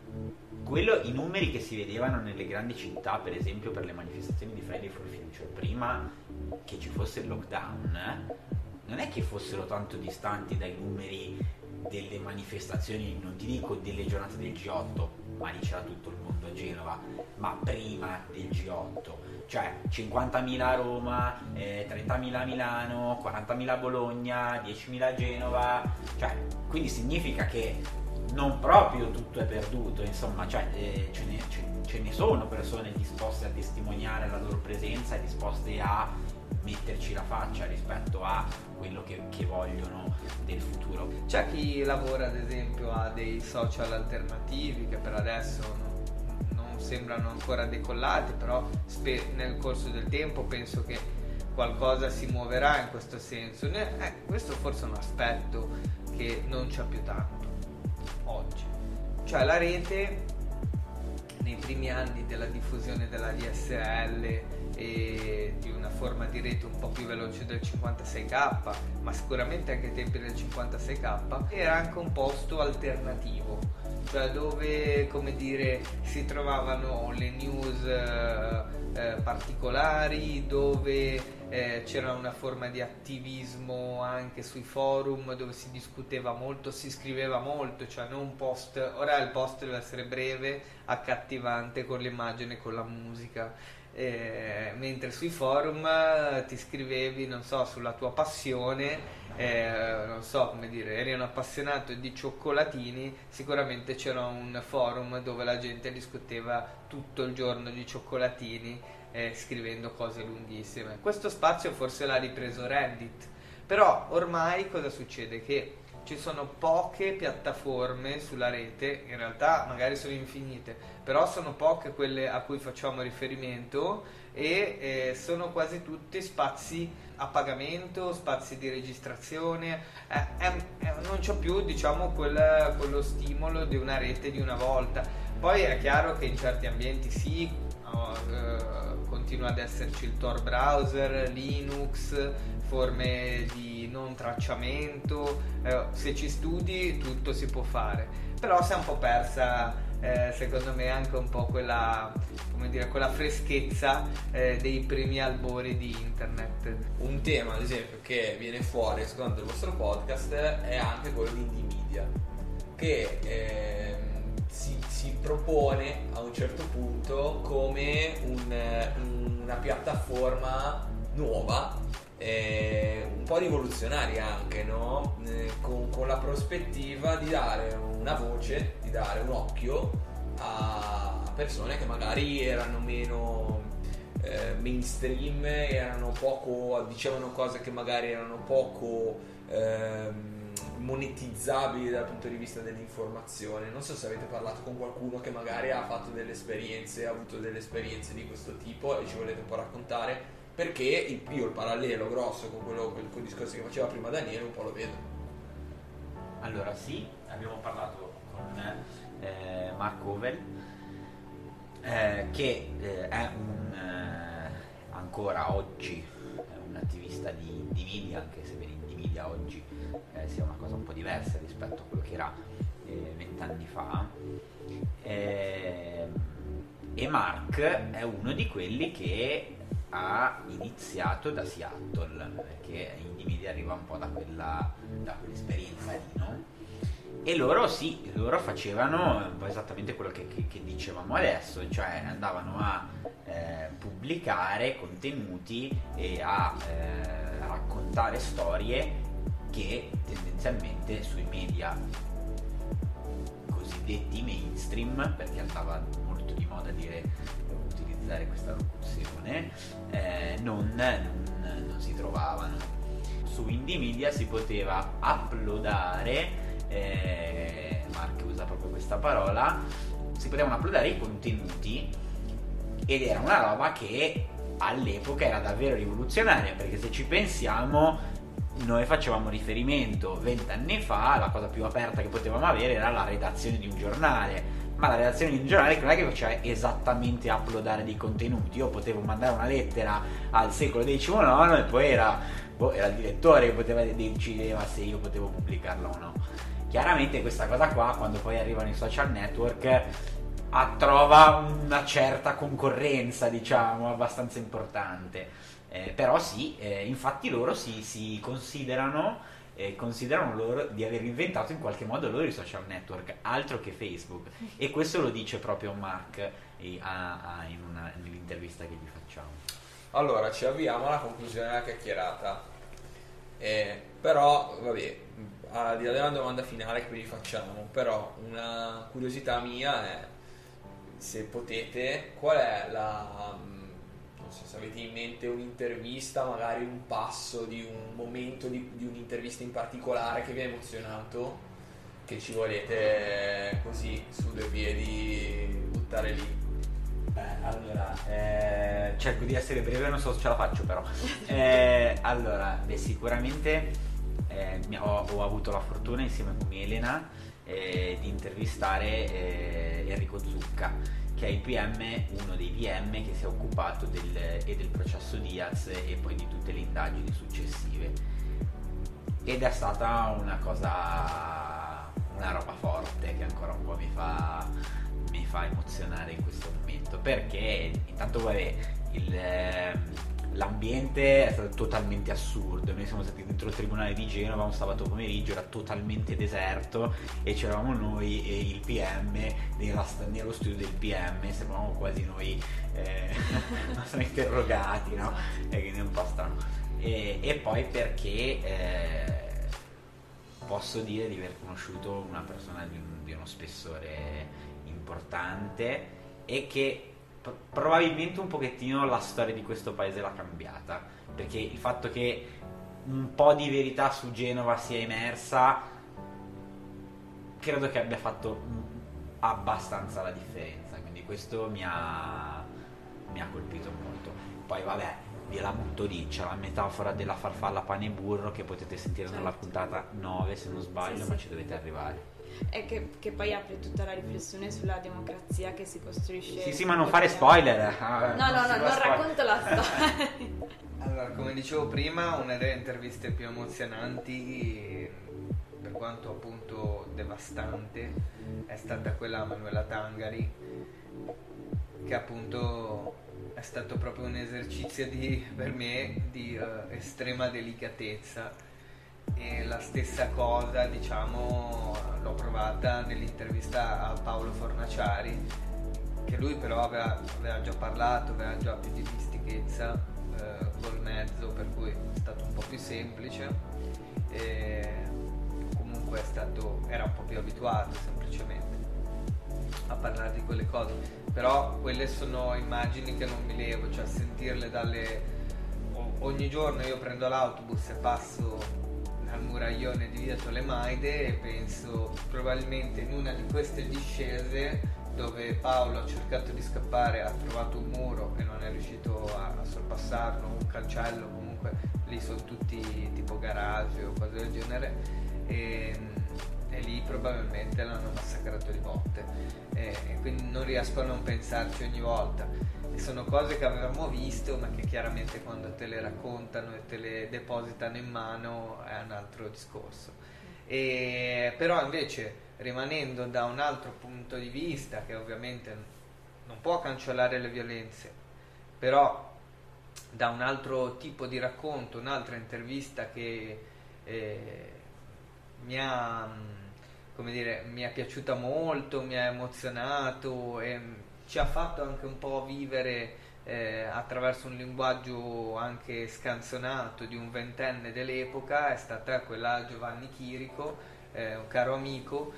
i numeri che si vedevano nelle grandi città, per esempio per le manifestazioni di Friday for Future, prima che ci fosse il lockdown, non è che fossero tanto distanti dai numeri delle manifestazioni, non ti dico delle giornate del G8, ma lì c'era tutto il mondo a Genova, ma prima del G8, cioè 50.000 a Roma, 30.000 a Milano, 40.000 a Bologna, 10.000 a Genova, cioè quindi significa che non proprio tutto è perduto, insomma, cioè, ce ne sono persone disposte a testimoniare la loro presenza e disposte a metterci la faccia rispetto a quello che vogliono del futuro. C'è chi lavora ad esempio a dei social alternativi che per adesso non sembrano ancora decollati, però nel corso del tempo penso che qualcosa si muoverà in questo senso. Questo forse è un aspetto che non c'è più tanto oggi, cioè la rete nei primi anni della diffusione della DSL e di una forma di rete un po' più veloce del 56k, ma sicuramente anche ai tempi del 56k, era anche un posto alternativo, cioè dove, come dire, si trovavano le news particolari, dove c'era una forma di attivismo anche sui forum, dove si discuteva molto, si scriveva molto, cioè non un post. Ora il post deve essere breve, accattivante, con l'immagine, con la musica, mentre sui forum ti scrivevi, non so, sulla tua passione, non so come dire, eri un appassionato di cioccolatini, sicuramente c'era un forum dove la gente discuteva tutto il giorno di cioccolatini, scrivendo cose lunghissime. Questo spazio forse l'ha ripreso Reddit, però ormai cosa succede? Che ci sono poche piattaforme sulla rete, in realtà magari sono infinite, però sono poche quelle a cui facciamo riferimento e sono quasi tutti spazi a pagamento, spazi di registrazione, non c'è più, diciamo, quello stimolo di una rete di una volta. Poi è chiaro che in certi ambienti sì, continua ad esserci il Tor browser, Linux, forme di non tracciamento, se ci studi tutto si può fare, però si è un po' persa secondo me anche un po' quella, come dire, quella freschezza dei primi albori di internet. Un tema ad esempio che viene fuori secondo il vostro podcast è anche quello di indie media, che si propone a un certo punto come una piattaforma nuova, un po' rivoluzionaria anche, no? Con la prospettiva di dare una voce, di dare un occhio a persone che magari erano meno mainstream, dicevano cose che magari erano poco monetizzabili dal punto di vista dell'informazione. Non so se avete parlato con qualcuno che magari ha fatto delle esperienze, ha avuto delle esperienze di questo tipo e ci volete un po' raccontare, perché io il parallelo grosso con il discorso che faceva prima Daniele un po' lo vedo. Allora sì, abbiamo parlato con Mark Ovel, che è ancora oggi un attivista di media, anche se per indie media oggi sia una cosa un po' diversa rispetto a quello che era 20 anni fa, e Mark è uno di quelli che ha iniziato da Seattle, perché indie media arriva un po' da quell'esperienza lì, no? E loro facevano un po' esattamente quello che dicevamo adesso, cioè andavano a pubblicare contenuti e a raccontare storie che tendenzialmente sui media cosiddetti mainstream, perché andava molto di moda utilizzare questa locuzione, non si trovavano. Su indie media si poteva uploadare, Mark usa proprio questa parola, si potevano uploadare i contenuti, ed era una roba che all'epoca era davvero rivoluzionaria, perché se ci pensiamo noi facevamo riferimento 20 anni fa, la cosa più aperta che potevamo avere era la redazione di un giornale, ma la redazione di un giornale non è che faceva esattamente uploadare dei contenuti. Io potevo mandare una lettera al secolo XIX e poi era il direttore che decideva se io potevo pubblicarla o no. Chiaramente questa cosa qua, quando poi arrivano i social network, trova una certa concorrenza, diciamo, abbastanza importante. Però sì, infatti loro si considerano considerano loro di aver inventato in qualche modo loro i social network, altro che Facebook, e questo lo dice proprio Mark nell'intervista che gli facciamo. Allora ci avviamo alla conclusione della chiacchierata, però vabbè, al di là della domanda finale che vi facciamo, però una curiosità mia è, se potete, qual è non so se avete in mente un'intervista, magari un passo di un momento di un'intervista in particolare che vi ha emozionato, che ci volete così su due piedi buttare lì. Allora, cerco di essere breve, non so se ce la faccio però. Allora, sicuramente ho avuto la fortuna insieme con Elena di intervistare Enrico Zucca, che è il PM, uno dei PM che si è occupato del processo Diaz e poi di tutte le indagini successive, ed è stata una roba forte che ancora un po' mi fa emozionare in questo momento, perché intanto l'ambiente è stato totalmente assurdo. Noi siamo stati dentro il tribunale di Genova un sabato pomeriggio, era totalmente deserto e c'eravamo noi e il PM nello studio del PM, sembravamo quasi noi non sono interrogati, no? E quindi è un po' strano. E poi perché posso dire di aver conosciuto una persona di uno spessore importante e che probabilmente un pochettino la storia di questo paese l'ha cambiata, perché il fatto che un po' di verità su Genova sia emersa credo che abbia fatto abbastanza la differenza, quindi questo mi ha colpito molto. Poi vabbè, ve la butto lì, c'è la metafora della farfalla pane e burro che potete sentire nella puntata 9 se non sbaglio, ma ci dovete arrivare. E che poi apre tutta la riflessione sulla democrazia che si costruisce. Sì, ma non fare spoiler. No, non racconto la storia. Allora, come dicevo prima, una delle interviste più emozionanti, per quanto appunto devastante, è stata quella a Manuela Tangari, che appunto è stato proprio un esercizio per me di estrema delicatezza. E la stessa cosa, diciamo, l'ho provata nell'intervista a Paolo Fornaciari, che lui però aveva già parlato, aveva già più dimestichezza col mezzo, per cui è stato un po' più semplice e comunque era un po' più abituato semplicemente a parlare di quelle cose. Però quelle sono immagini che non mi levo, cioè sentirle ogni giorno io prendo l'autobus e passo al muraglione di via Tolemaide e penso probabilmente in una di queste discese dove Paolo ha cercato di scappare, ha trovato un muro e non è riuscito a sorpassarlo, un cancello, comunque lì sono tutti tipo garage o cose del genere, e lì probabilmente l'hanno massacrato di botte, e quindi non riesco a non pensarci ogni volta. E sono cose che avevamo visto, ma che chiaramente quando te le raccontano e te le depositano in mano è un altro discorso. Però invece, rimanendo da un altro punto di vista, che ovviamente non può cancellare le violenze, però da un altro tipo di racconto, un'altra intervista che mi è piaciuta molto, mi ha emozionato e ci ha fatto anche un po' vivere attraverso un linguaggio anche scanzonato di un ventenne dell'epoca, è stata quella Giovanni Chirico, un caro amico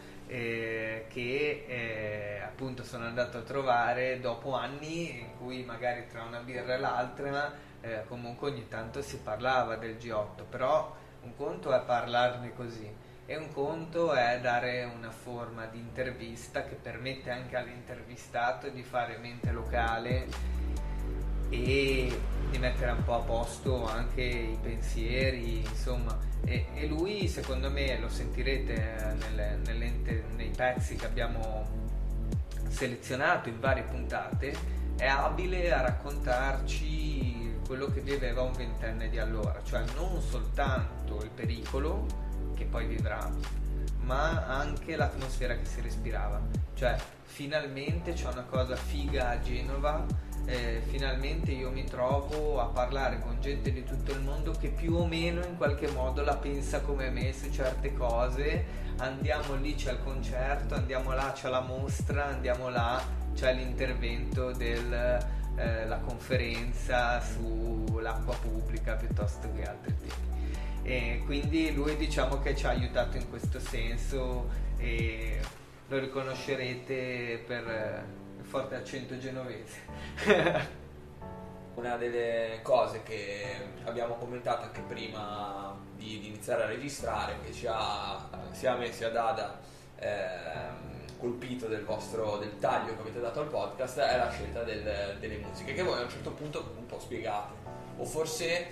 che appunto sono andato a trovare dopo anni in cui magari tra una birra e l'altra comunque ogni tanto si parlava del G8, però un conto è parlarne così e un conto è dare una forma di intervista che permette anche all'intervistato di fare mente locale e di mettere un po' a posto anche i pensieri, insomma, e lui, secondo me, lo sentirete nei pezzi che abbiamo selezionato in varie puntate, è abile a raccontarci quello che viveva un ventenne di allora, cioè non soltanto il pericolo che poi vivrà, ma anche l'atmosfera che si respirava. Cioè finalmente c'è una cosa figa a Genova, finalmente io mi trovo a parlare con gente di tutto il mondo che più o meno in qualche modo la pensa come me su certe cose. Andiamo lì, c'è il concerto, andiamo là, c'è la mostra, andiamo là, c'è l'intervento la conferenza sull'acqua pubblica piuttosto che altri temi. E quindi lui diciamo che ci ha aiutato in questo senso e lo riconoscerete per il forte accento genovese. Una delle cose che abbiamo commentato anche prima di iniziare a registrare, che ci ha sia a me sia ad Ada colpito del taglio che avete dato al podcast, è la scelta delle musiche, che voi a un certo punto un po' spiegate, o forse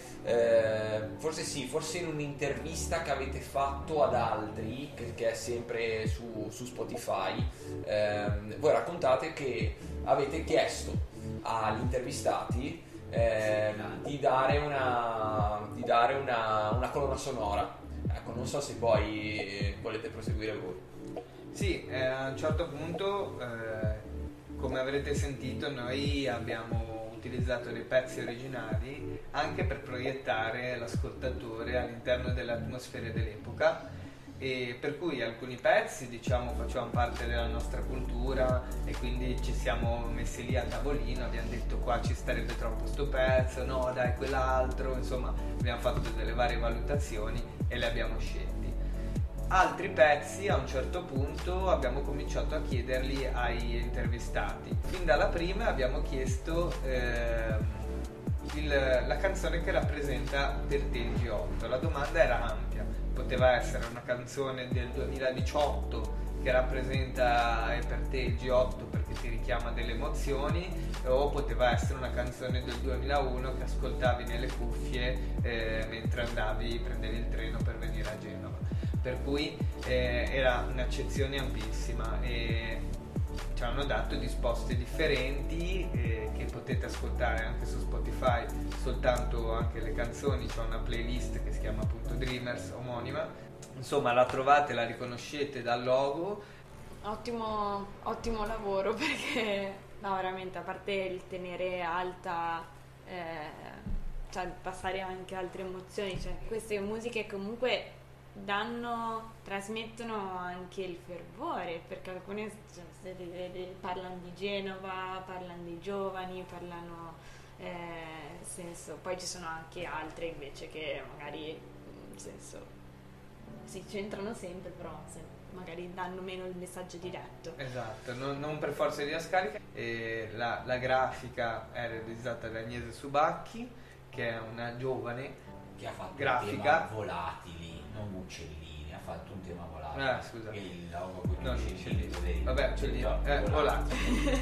in un'intervista che avete fatto ad altri, che è sempre su Spotify, voi raccontate che avete chiesto agli intervistati di dare una colonna sonora. Ecco, non so se poi volete proseguire voi. Sì, a un certo punto, come avrete sentito, noi abbiamo utilizzato dei pezzi originali anche per proiettare l'ascoltatore all'interno delle atmosfere dell'epoca, e per cui alcuni pezzi facevano parte della nostra cultura e quindi ci siamo messi lì a tavolino, abbiamo detto qua ci starebbe troppo sto pezzo, no dai quell'altro, insomma abbiamo fatto delle varie valutazioni e le abbiamo scelti. Altri pezzi a un certo punto abbiamo cominciato a chiederli ai intervistati. Fin dalla prima abbiamo chiesto la canzone che rappresenta per te il G8. La domanda era ampia, poteva essere una canzone del 2018 che rappresenta per te il G8 perché ti richiama delle emozioni, o poteva essere una canzone del 2001 che ascoltavi nelle cuffie mentre prendevi il treno per venire a Genova. Per cui era un'accezione ampissima e ci hanno dato risposte differenti che potete ascoltare anche su Spotify, soltanto anche le canzoni, c'è una playlist che si chiama appunto Dreamers, omonima, insomma la trovate, la riconoscete dal logo. Ottimo lavoro, perché no, veramente, a parte il tenere alta, cioè passare anche altre emozioni, cioè queste musiche comunque trasmettono anche il fervore, perché alcune parlano di Genova, parlano di giovani, parlano senso, poi ci sono anche altre invece che magari senso si centrano sempre, però magari danno meno il messaggio diretto. Esatto, non per forza di scarica. La grafica è realizzata da Agnese Subacchi, che è una giovane che ha fatto grafica. Un tema volatili, non uccellini, ha fatto un tema volatile. Scusa. Che il logo con Non uccellini. Vabbè, uccellini. Volatili.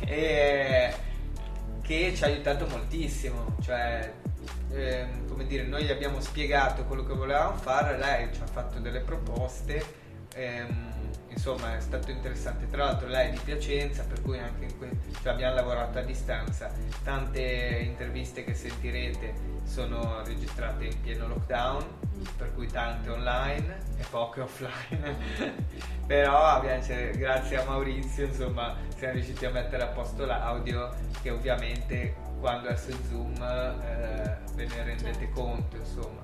Che ci ha aiutato moltissimo, cioè come dire, noi gli abbiamo spiegato quello che volevamo fare, lei ci ha fatto delle proposte, insomma è stato interessante. Tra l'altro lei è di Piacenza, per cui anche abbiamo lavorato a distanza. Tante interviste che sentirete sono registrate in pieno lockdown, per cui tante online e poche offline. Però grazie a Maurizio insomma siamo riusciti a mettere a posto l'audio, che ovviamente quando è su Zoom ve ne rendete conto, insomma.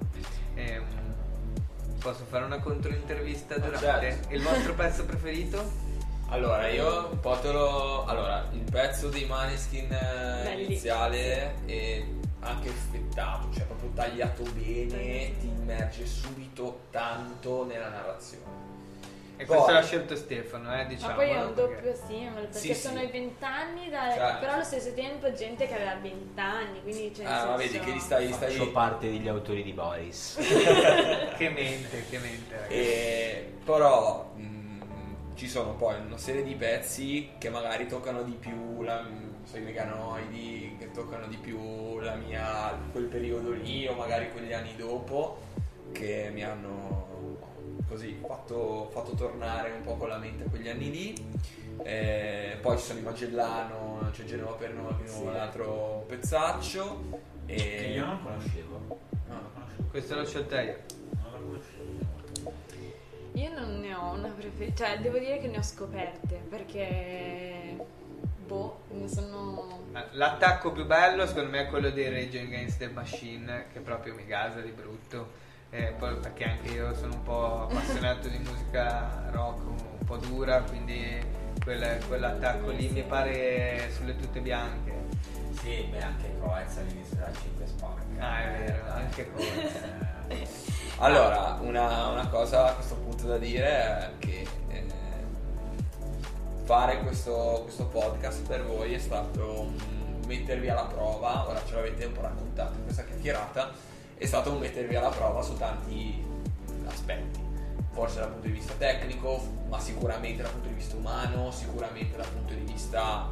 Posso fare una controintervista durante? Certo. Il vostro pezzo preferito? Allora, io un po' il pezzo dei Maneskin iniziale è anche effettato, cioè proprio tagliato bene, ti immerge subito tanto nella narrazione. E questo l'ha scelto Stefano, diciamo. Ma poi è un doppio stimolo, perché sono sì. i 20 anni, Certo. però allo stesso tempo gente che aveva 20 anni, quindi c'è ma vedi che li Faccio parte degli autori di Boris. Che mente ragazzi. Però ci sono poi una serie di pezzi che magari toccano di più i Meganoidi, che toccano di più quel periodo lì, o magari quegli anni dopo, che mi hanno così fatto tornare un po' con la mente a quegli anni lì. Poi ci sono i Magellano, c'è Genova per noi, un altro pezzaccio Che io non conoscevo. Questo l'ho scelta io. Non lo conoscevo. Io non ne ho una preferita, cioè devo dire che ne ho scoperte, perché ne sono l'attacco più bello secondo me è quello dei Rage Against the Machine, che proprio mi gasa di brutto, poi perché anche io sono un po' appassionato di musica rock un po' dura, quindi quell'attacco lì mi pare sulle tute bianche. Sì, beh, anche Coez all'inizio della 5 Spark. Ah, è vero, anche Coez. Allora, una cosa a questo punto da dire è che fare questo podcast per voi è stato mettervi alla prova. Ora ce l'avete un po' raccontato in questa chiacchierata, è stato un mettervi alla prova su tanti aspetti, forse dal punto di vista tecnico, ma sicuramente dal punto di vista umano, sicuramente dal punto di vista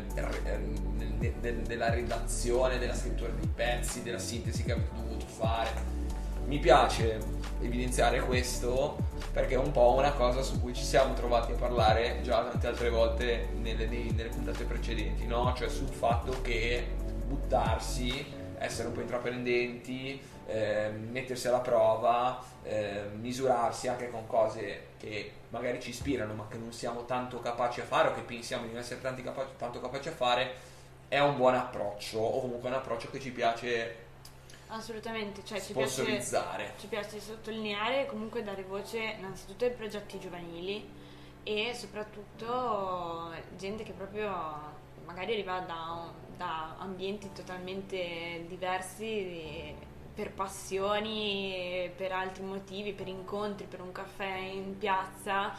della redazione, della scrittura dei pezzi, della sintesi che avete dovuto fare. Mi piace evidenziare questo perché è un po' una cosa su cui ci siamo trovati a parlare già tante altre volte nelle puntate precedenti, no? Cioè sul fatto che buttarsi, essere un po' intraprendenti, mettersi alla prova, misurarsi anche con cose che magari ci ispirano ma che non siamo tanto capaci a fare o che pensiamo di non essere tanto capaci a fare, è un buon approccio, o comunque un approccio che ci piace assolutamente, cioè sponsorizzare. Ci piace sottolineare e comunque dare voce innanzitutto ai progetti giovanili e soprattutto gente che proprio magari arriva da ambienti totalmente diversi, per passioni, per altri motivi, per incontri, per un caffè in piazza,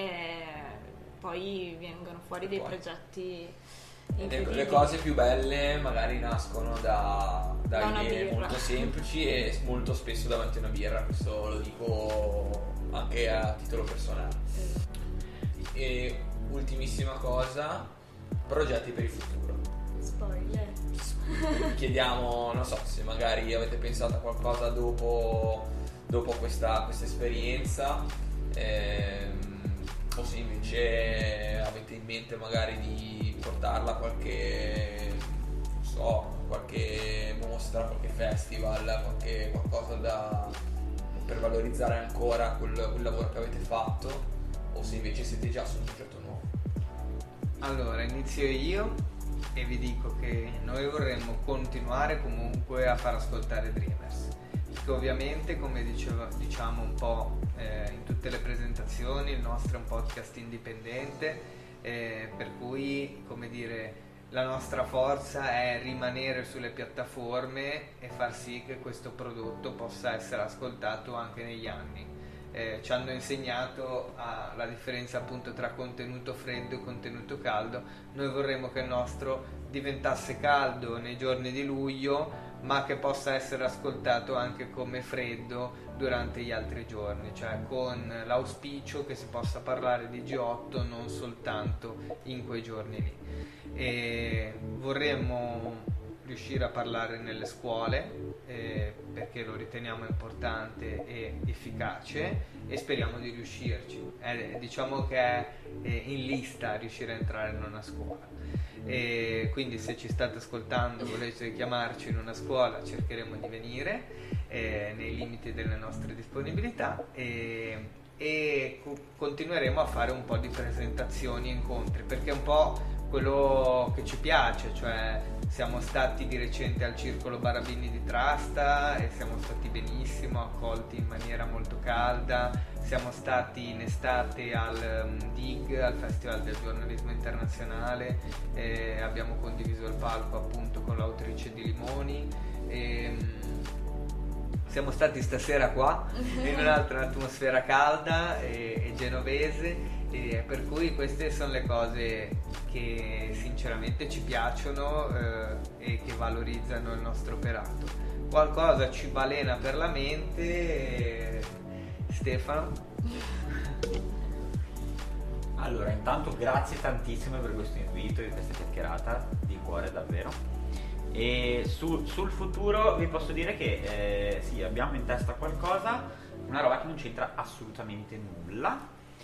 poi vengono fuori dei progetti. Le cose più belle magari nascono da idee molto semplici e molto spesso davanti a una birra, questo lo dico anche a titolo personale. E ultimissima cosa, progetti per il futuro. Spoiler. Chiediamo, non so, se magari avete pensato a qualcosa dopo questa esperienza, o se invece avete in mente magari di portarla a qualche mostra, qualche festival, qualcosa per valorizzare ancora quel lavoro che avete fatto, o se invece siete già su un progetto nuovo. Allora, inizio io e vi dico che noi vorremmo continuare comunque a far ascoltare Dreamers, perché ovviamente, come diciamo un po' in tutte le presentazioni, il nostro è un podcast indipendente, per cui, come dire, la nostra forza è rimanere sulle piattaforme e far sì che questo prodotto possa essere ascoltato anche negli anni. Ci hanno insegnato la differenza appunto tra contenuto freddo e contenuto caldo. Noi vorremmo che il nostro diventasse caldo nei giorni di luglio, ma che possa essere ascoltato anche come freddo durante gli altri giorni, cioè con l'auspicio che si possa parlare di G8 non soltanto in quei giorni lì. E vorremmo riuscire a parlare nelle scuole, perché lo riteniamo importante e efficace, e speriamo di riuscirci. Diciamo che è in lista riuscire a entrare in una scuola, e quindi se ci state ascoltando, volete chiamarci in una scuola, cercheremo di venire nei limiti delle nostre disponibilità, e continueremo a fare un po' di presentazioni e incontri, perché è un po' quello che ci piace, cioè siamo stati di recente al Circolo Barabini di Trasta e siamo stati benissimo accolti in maniera molto calda, siamo stati in estate al DIG, al Festival del Giornalismo Internazionale, abbiamo condiviso il palco appunto con l'autrice di Limoni, siamo stati stasera qua in un'altra atmosfera calda e genovese, e per cui queste sono le cose che sinceramente ci piacciono e che valorizzano il nostro operato. Qualcosa ci balena per la mente, Stefano? Allora, intanto grazie tantissimo per questo invito e questa chiacchierata di cuore davvero. E sul futuro vi posso dire che sì, abbiamo in testa qualcosa, una roba che non c'entra assolutamente nulla,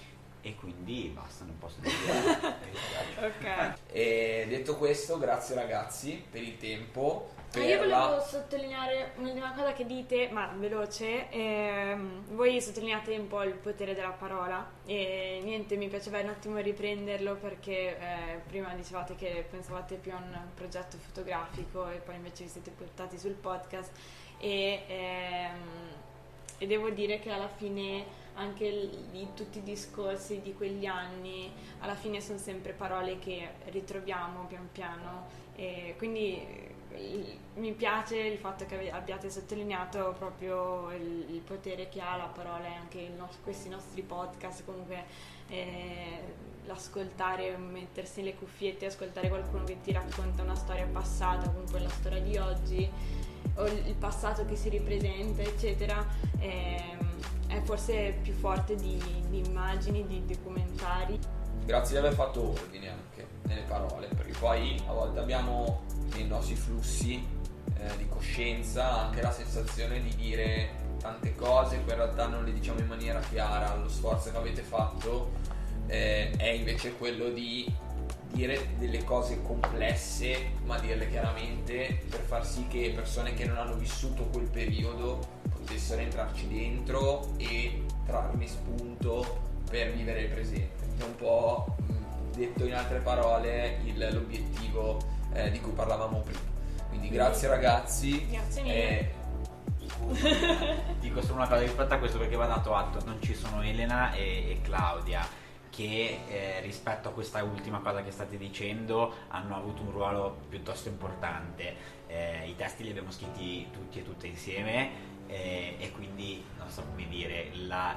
e quindi basta, non posso dire. Ok. E detto questo, grazie ragazzi per il tempo. Io volevo sottolineare un'ultima cosa che dite, ma veloce. Voi sottolineate un po' il potere della parola e niente, mi piaceva un attimo riprenderlo perché prima dicevate che pensavate più a un progetto fotografico e poi invece vi siete portati sul podcast e devo dire che alla fine anche di tutti i discorsi di quegli anni alla fine sono sempre parole che ritroviamo pian piano e quindi mi piace il fatto che abbiate sottolineato proprio il potere che ha la parola e anche questi nostri podcast, comunque l'ascoltare, mettersi le cuffiette, ascoltare qualcuno che ti racconta una storia passata, comunque la storia di oggi o il passato che si ripresenta eccetera, è forse più forte di immagini, di documentari. Grazie di aver fatto ordine anche nelle parole, perché poi a volte abbiamo nei nostri flussi di coscienza anche la sensazione di dire tante cose, poi in realtà non le diciamo in maniera chiara. Lo sforzo che avete fatto è invece quello di dire delle cose complesse, ma dirle chiaramente per far sì che persone che non hanno vissuto quel periodo potessero entrarci dentro e trarne spunto per vivere il presente. È un po', detto in altre parole, l'obiettivo di cui parlavamo prima. Quindi grazie ragazzi. Grazie mille. Dico solo una cosa rispetto a questo, perché va dato atto, non ci sono Elena e Claudia che rispetto a questa ultima cosa che state dicendo hanno avuto un ruolo piuttosto importante. I testi li abbiamo scritti tutti e tutte insieme e quindi non so come dire,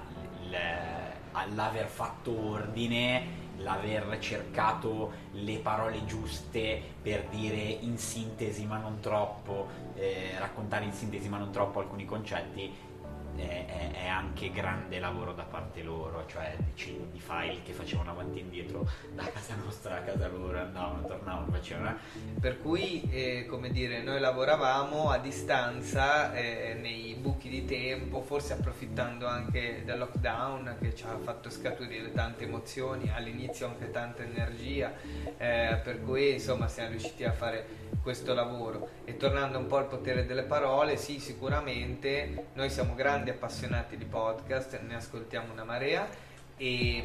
l'aver fatto ordine, l'aver cercato le parole giuste per dire in sintesi ma non troppo, raccontare in sintesi ma non troppo alcuni concetti, è anche grande lavoro da parte loro, cioè decine di file che facevano avanti e indietro da casa nostra a casa loro, andavano, tornavano, facevano. Per cui, come dire, noi lavoravamo a distanza nei buchi di tempo, forse approfittando anche del lockdown che ci ha fatto scaturire tante emozioni, all'inizio anche tanta energia, per cui insomma siamo riusciti a fare questo lavoro. E tornando un po' al potere delle parole, sì, sicuramente noi siamo grandi appassionati di podcast, ne ascoltiamo una marea e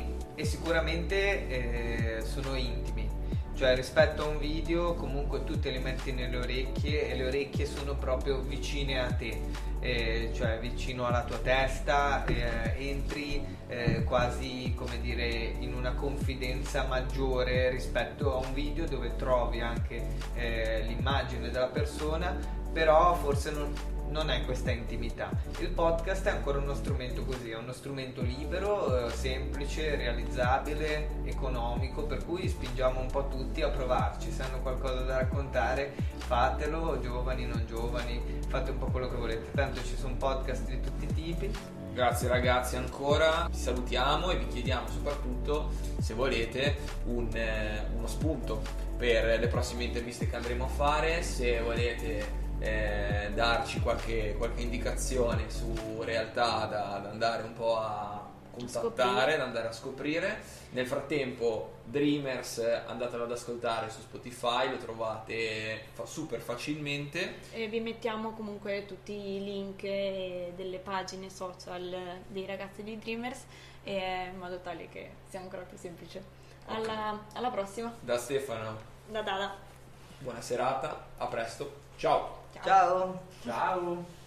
sicuramente sono intimi, cioè rispetto a un video comunque tu te li metti nelle orecchie e le orecchie sono proprio vicine a te, cioè vicino alla tua testa, entri quasi, come dire, in una confidenza maggiore rispetto a un video dove trovi anche l'immagine della persona, però forse non è questa intimità. Il podcast è ancora uno strumento così, è uno strumento libero, semplice, realizzabile, economico, per cui spingiamo un po' tutti a provarci. Se hanno qualcosa da raccontare, fatelo, giovani, non giovani, fate un po' quello che volete, tanto ci sono podcast di tutti i tipi. Grazie ragazzi ancora, vi salutiamo e vi chiediamo soprattutto se volete uno spunto per le prossime interviste che andremo a fare, se volete darci qualche indicazione su realtà da andare un po' a contattare, da andare a scoprire. Nel frattempo Dreamers andatelo ad ascoltare su Spotify, lo trovate super facilmente e vi mettiamo comunque tutti i link delle pagine social dei ragazzi di Dreamers in modo tale che sia ancora più semplice. Alla prossima. Da Stefano, Da Dada. buona serata, a presto, ciao. Ciao. Ciao.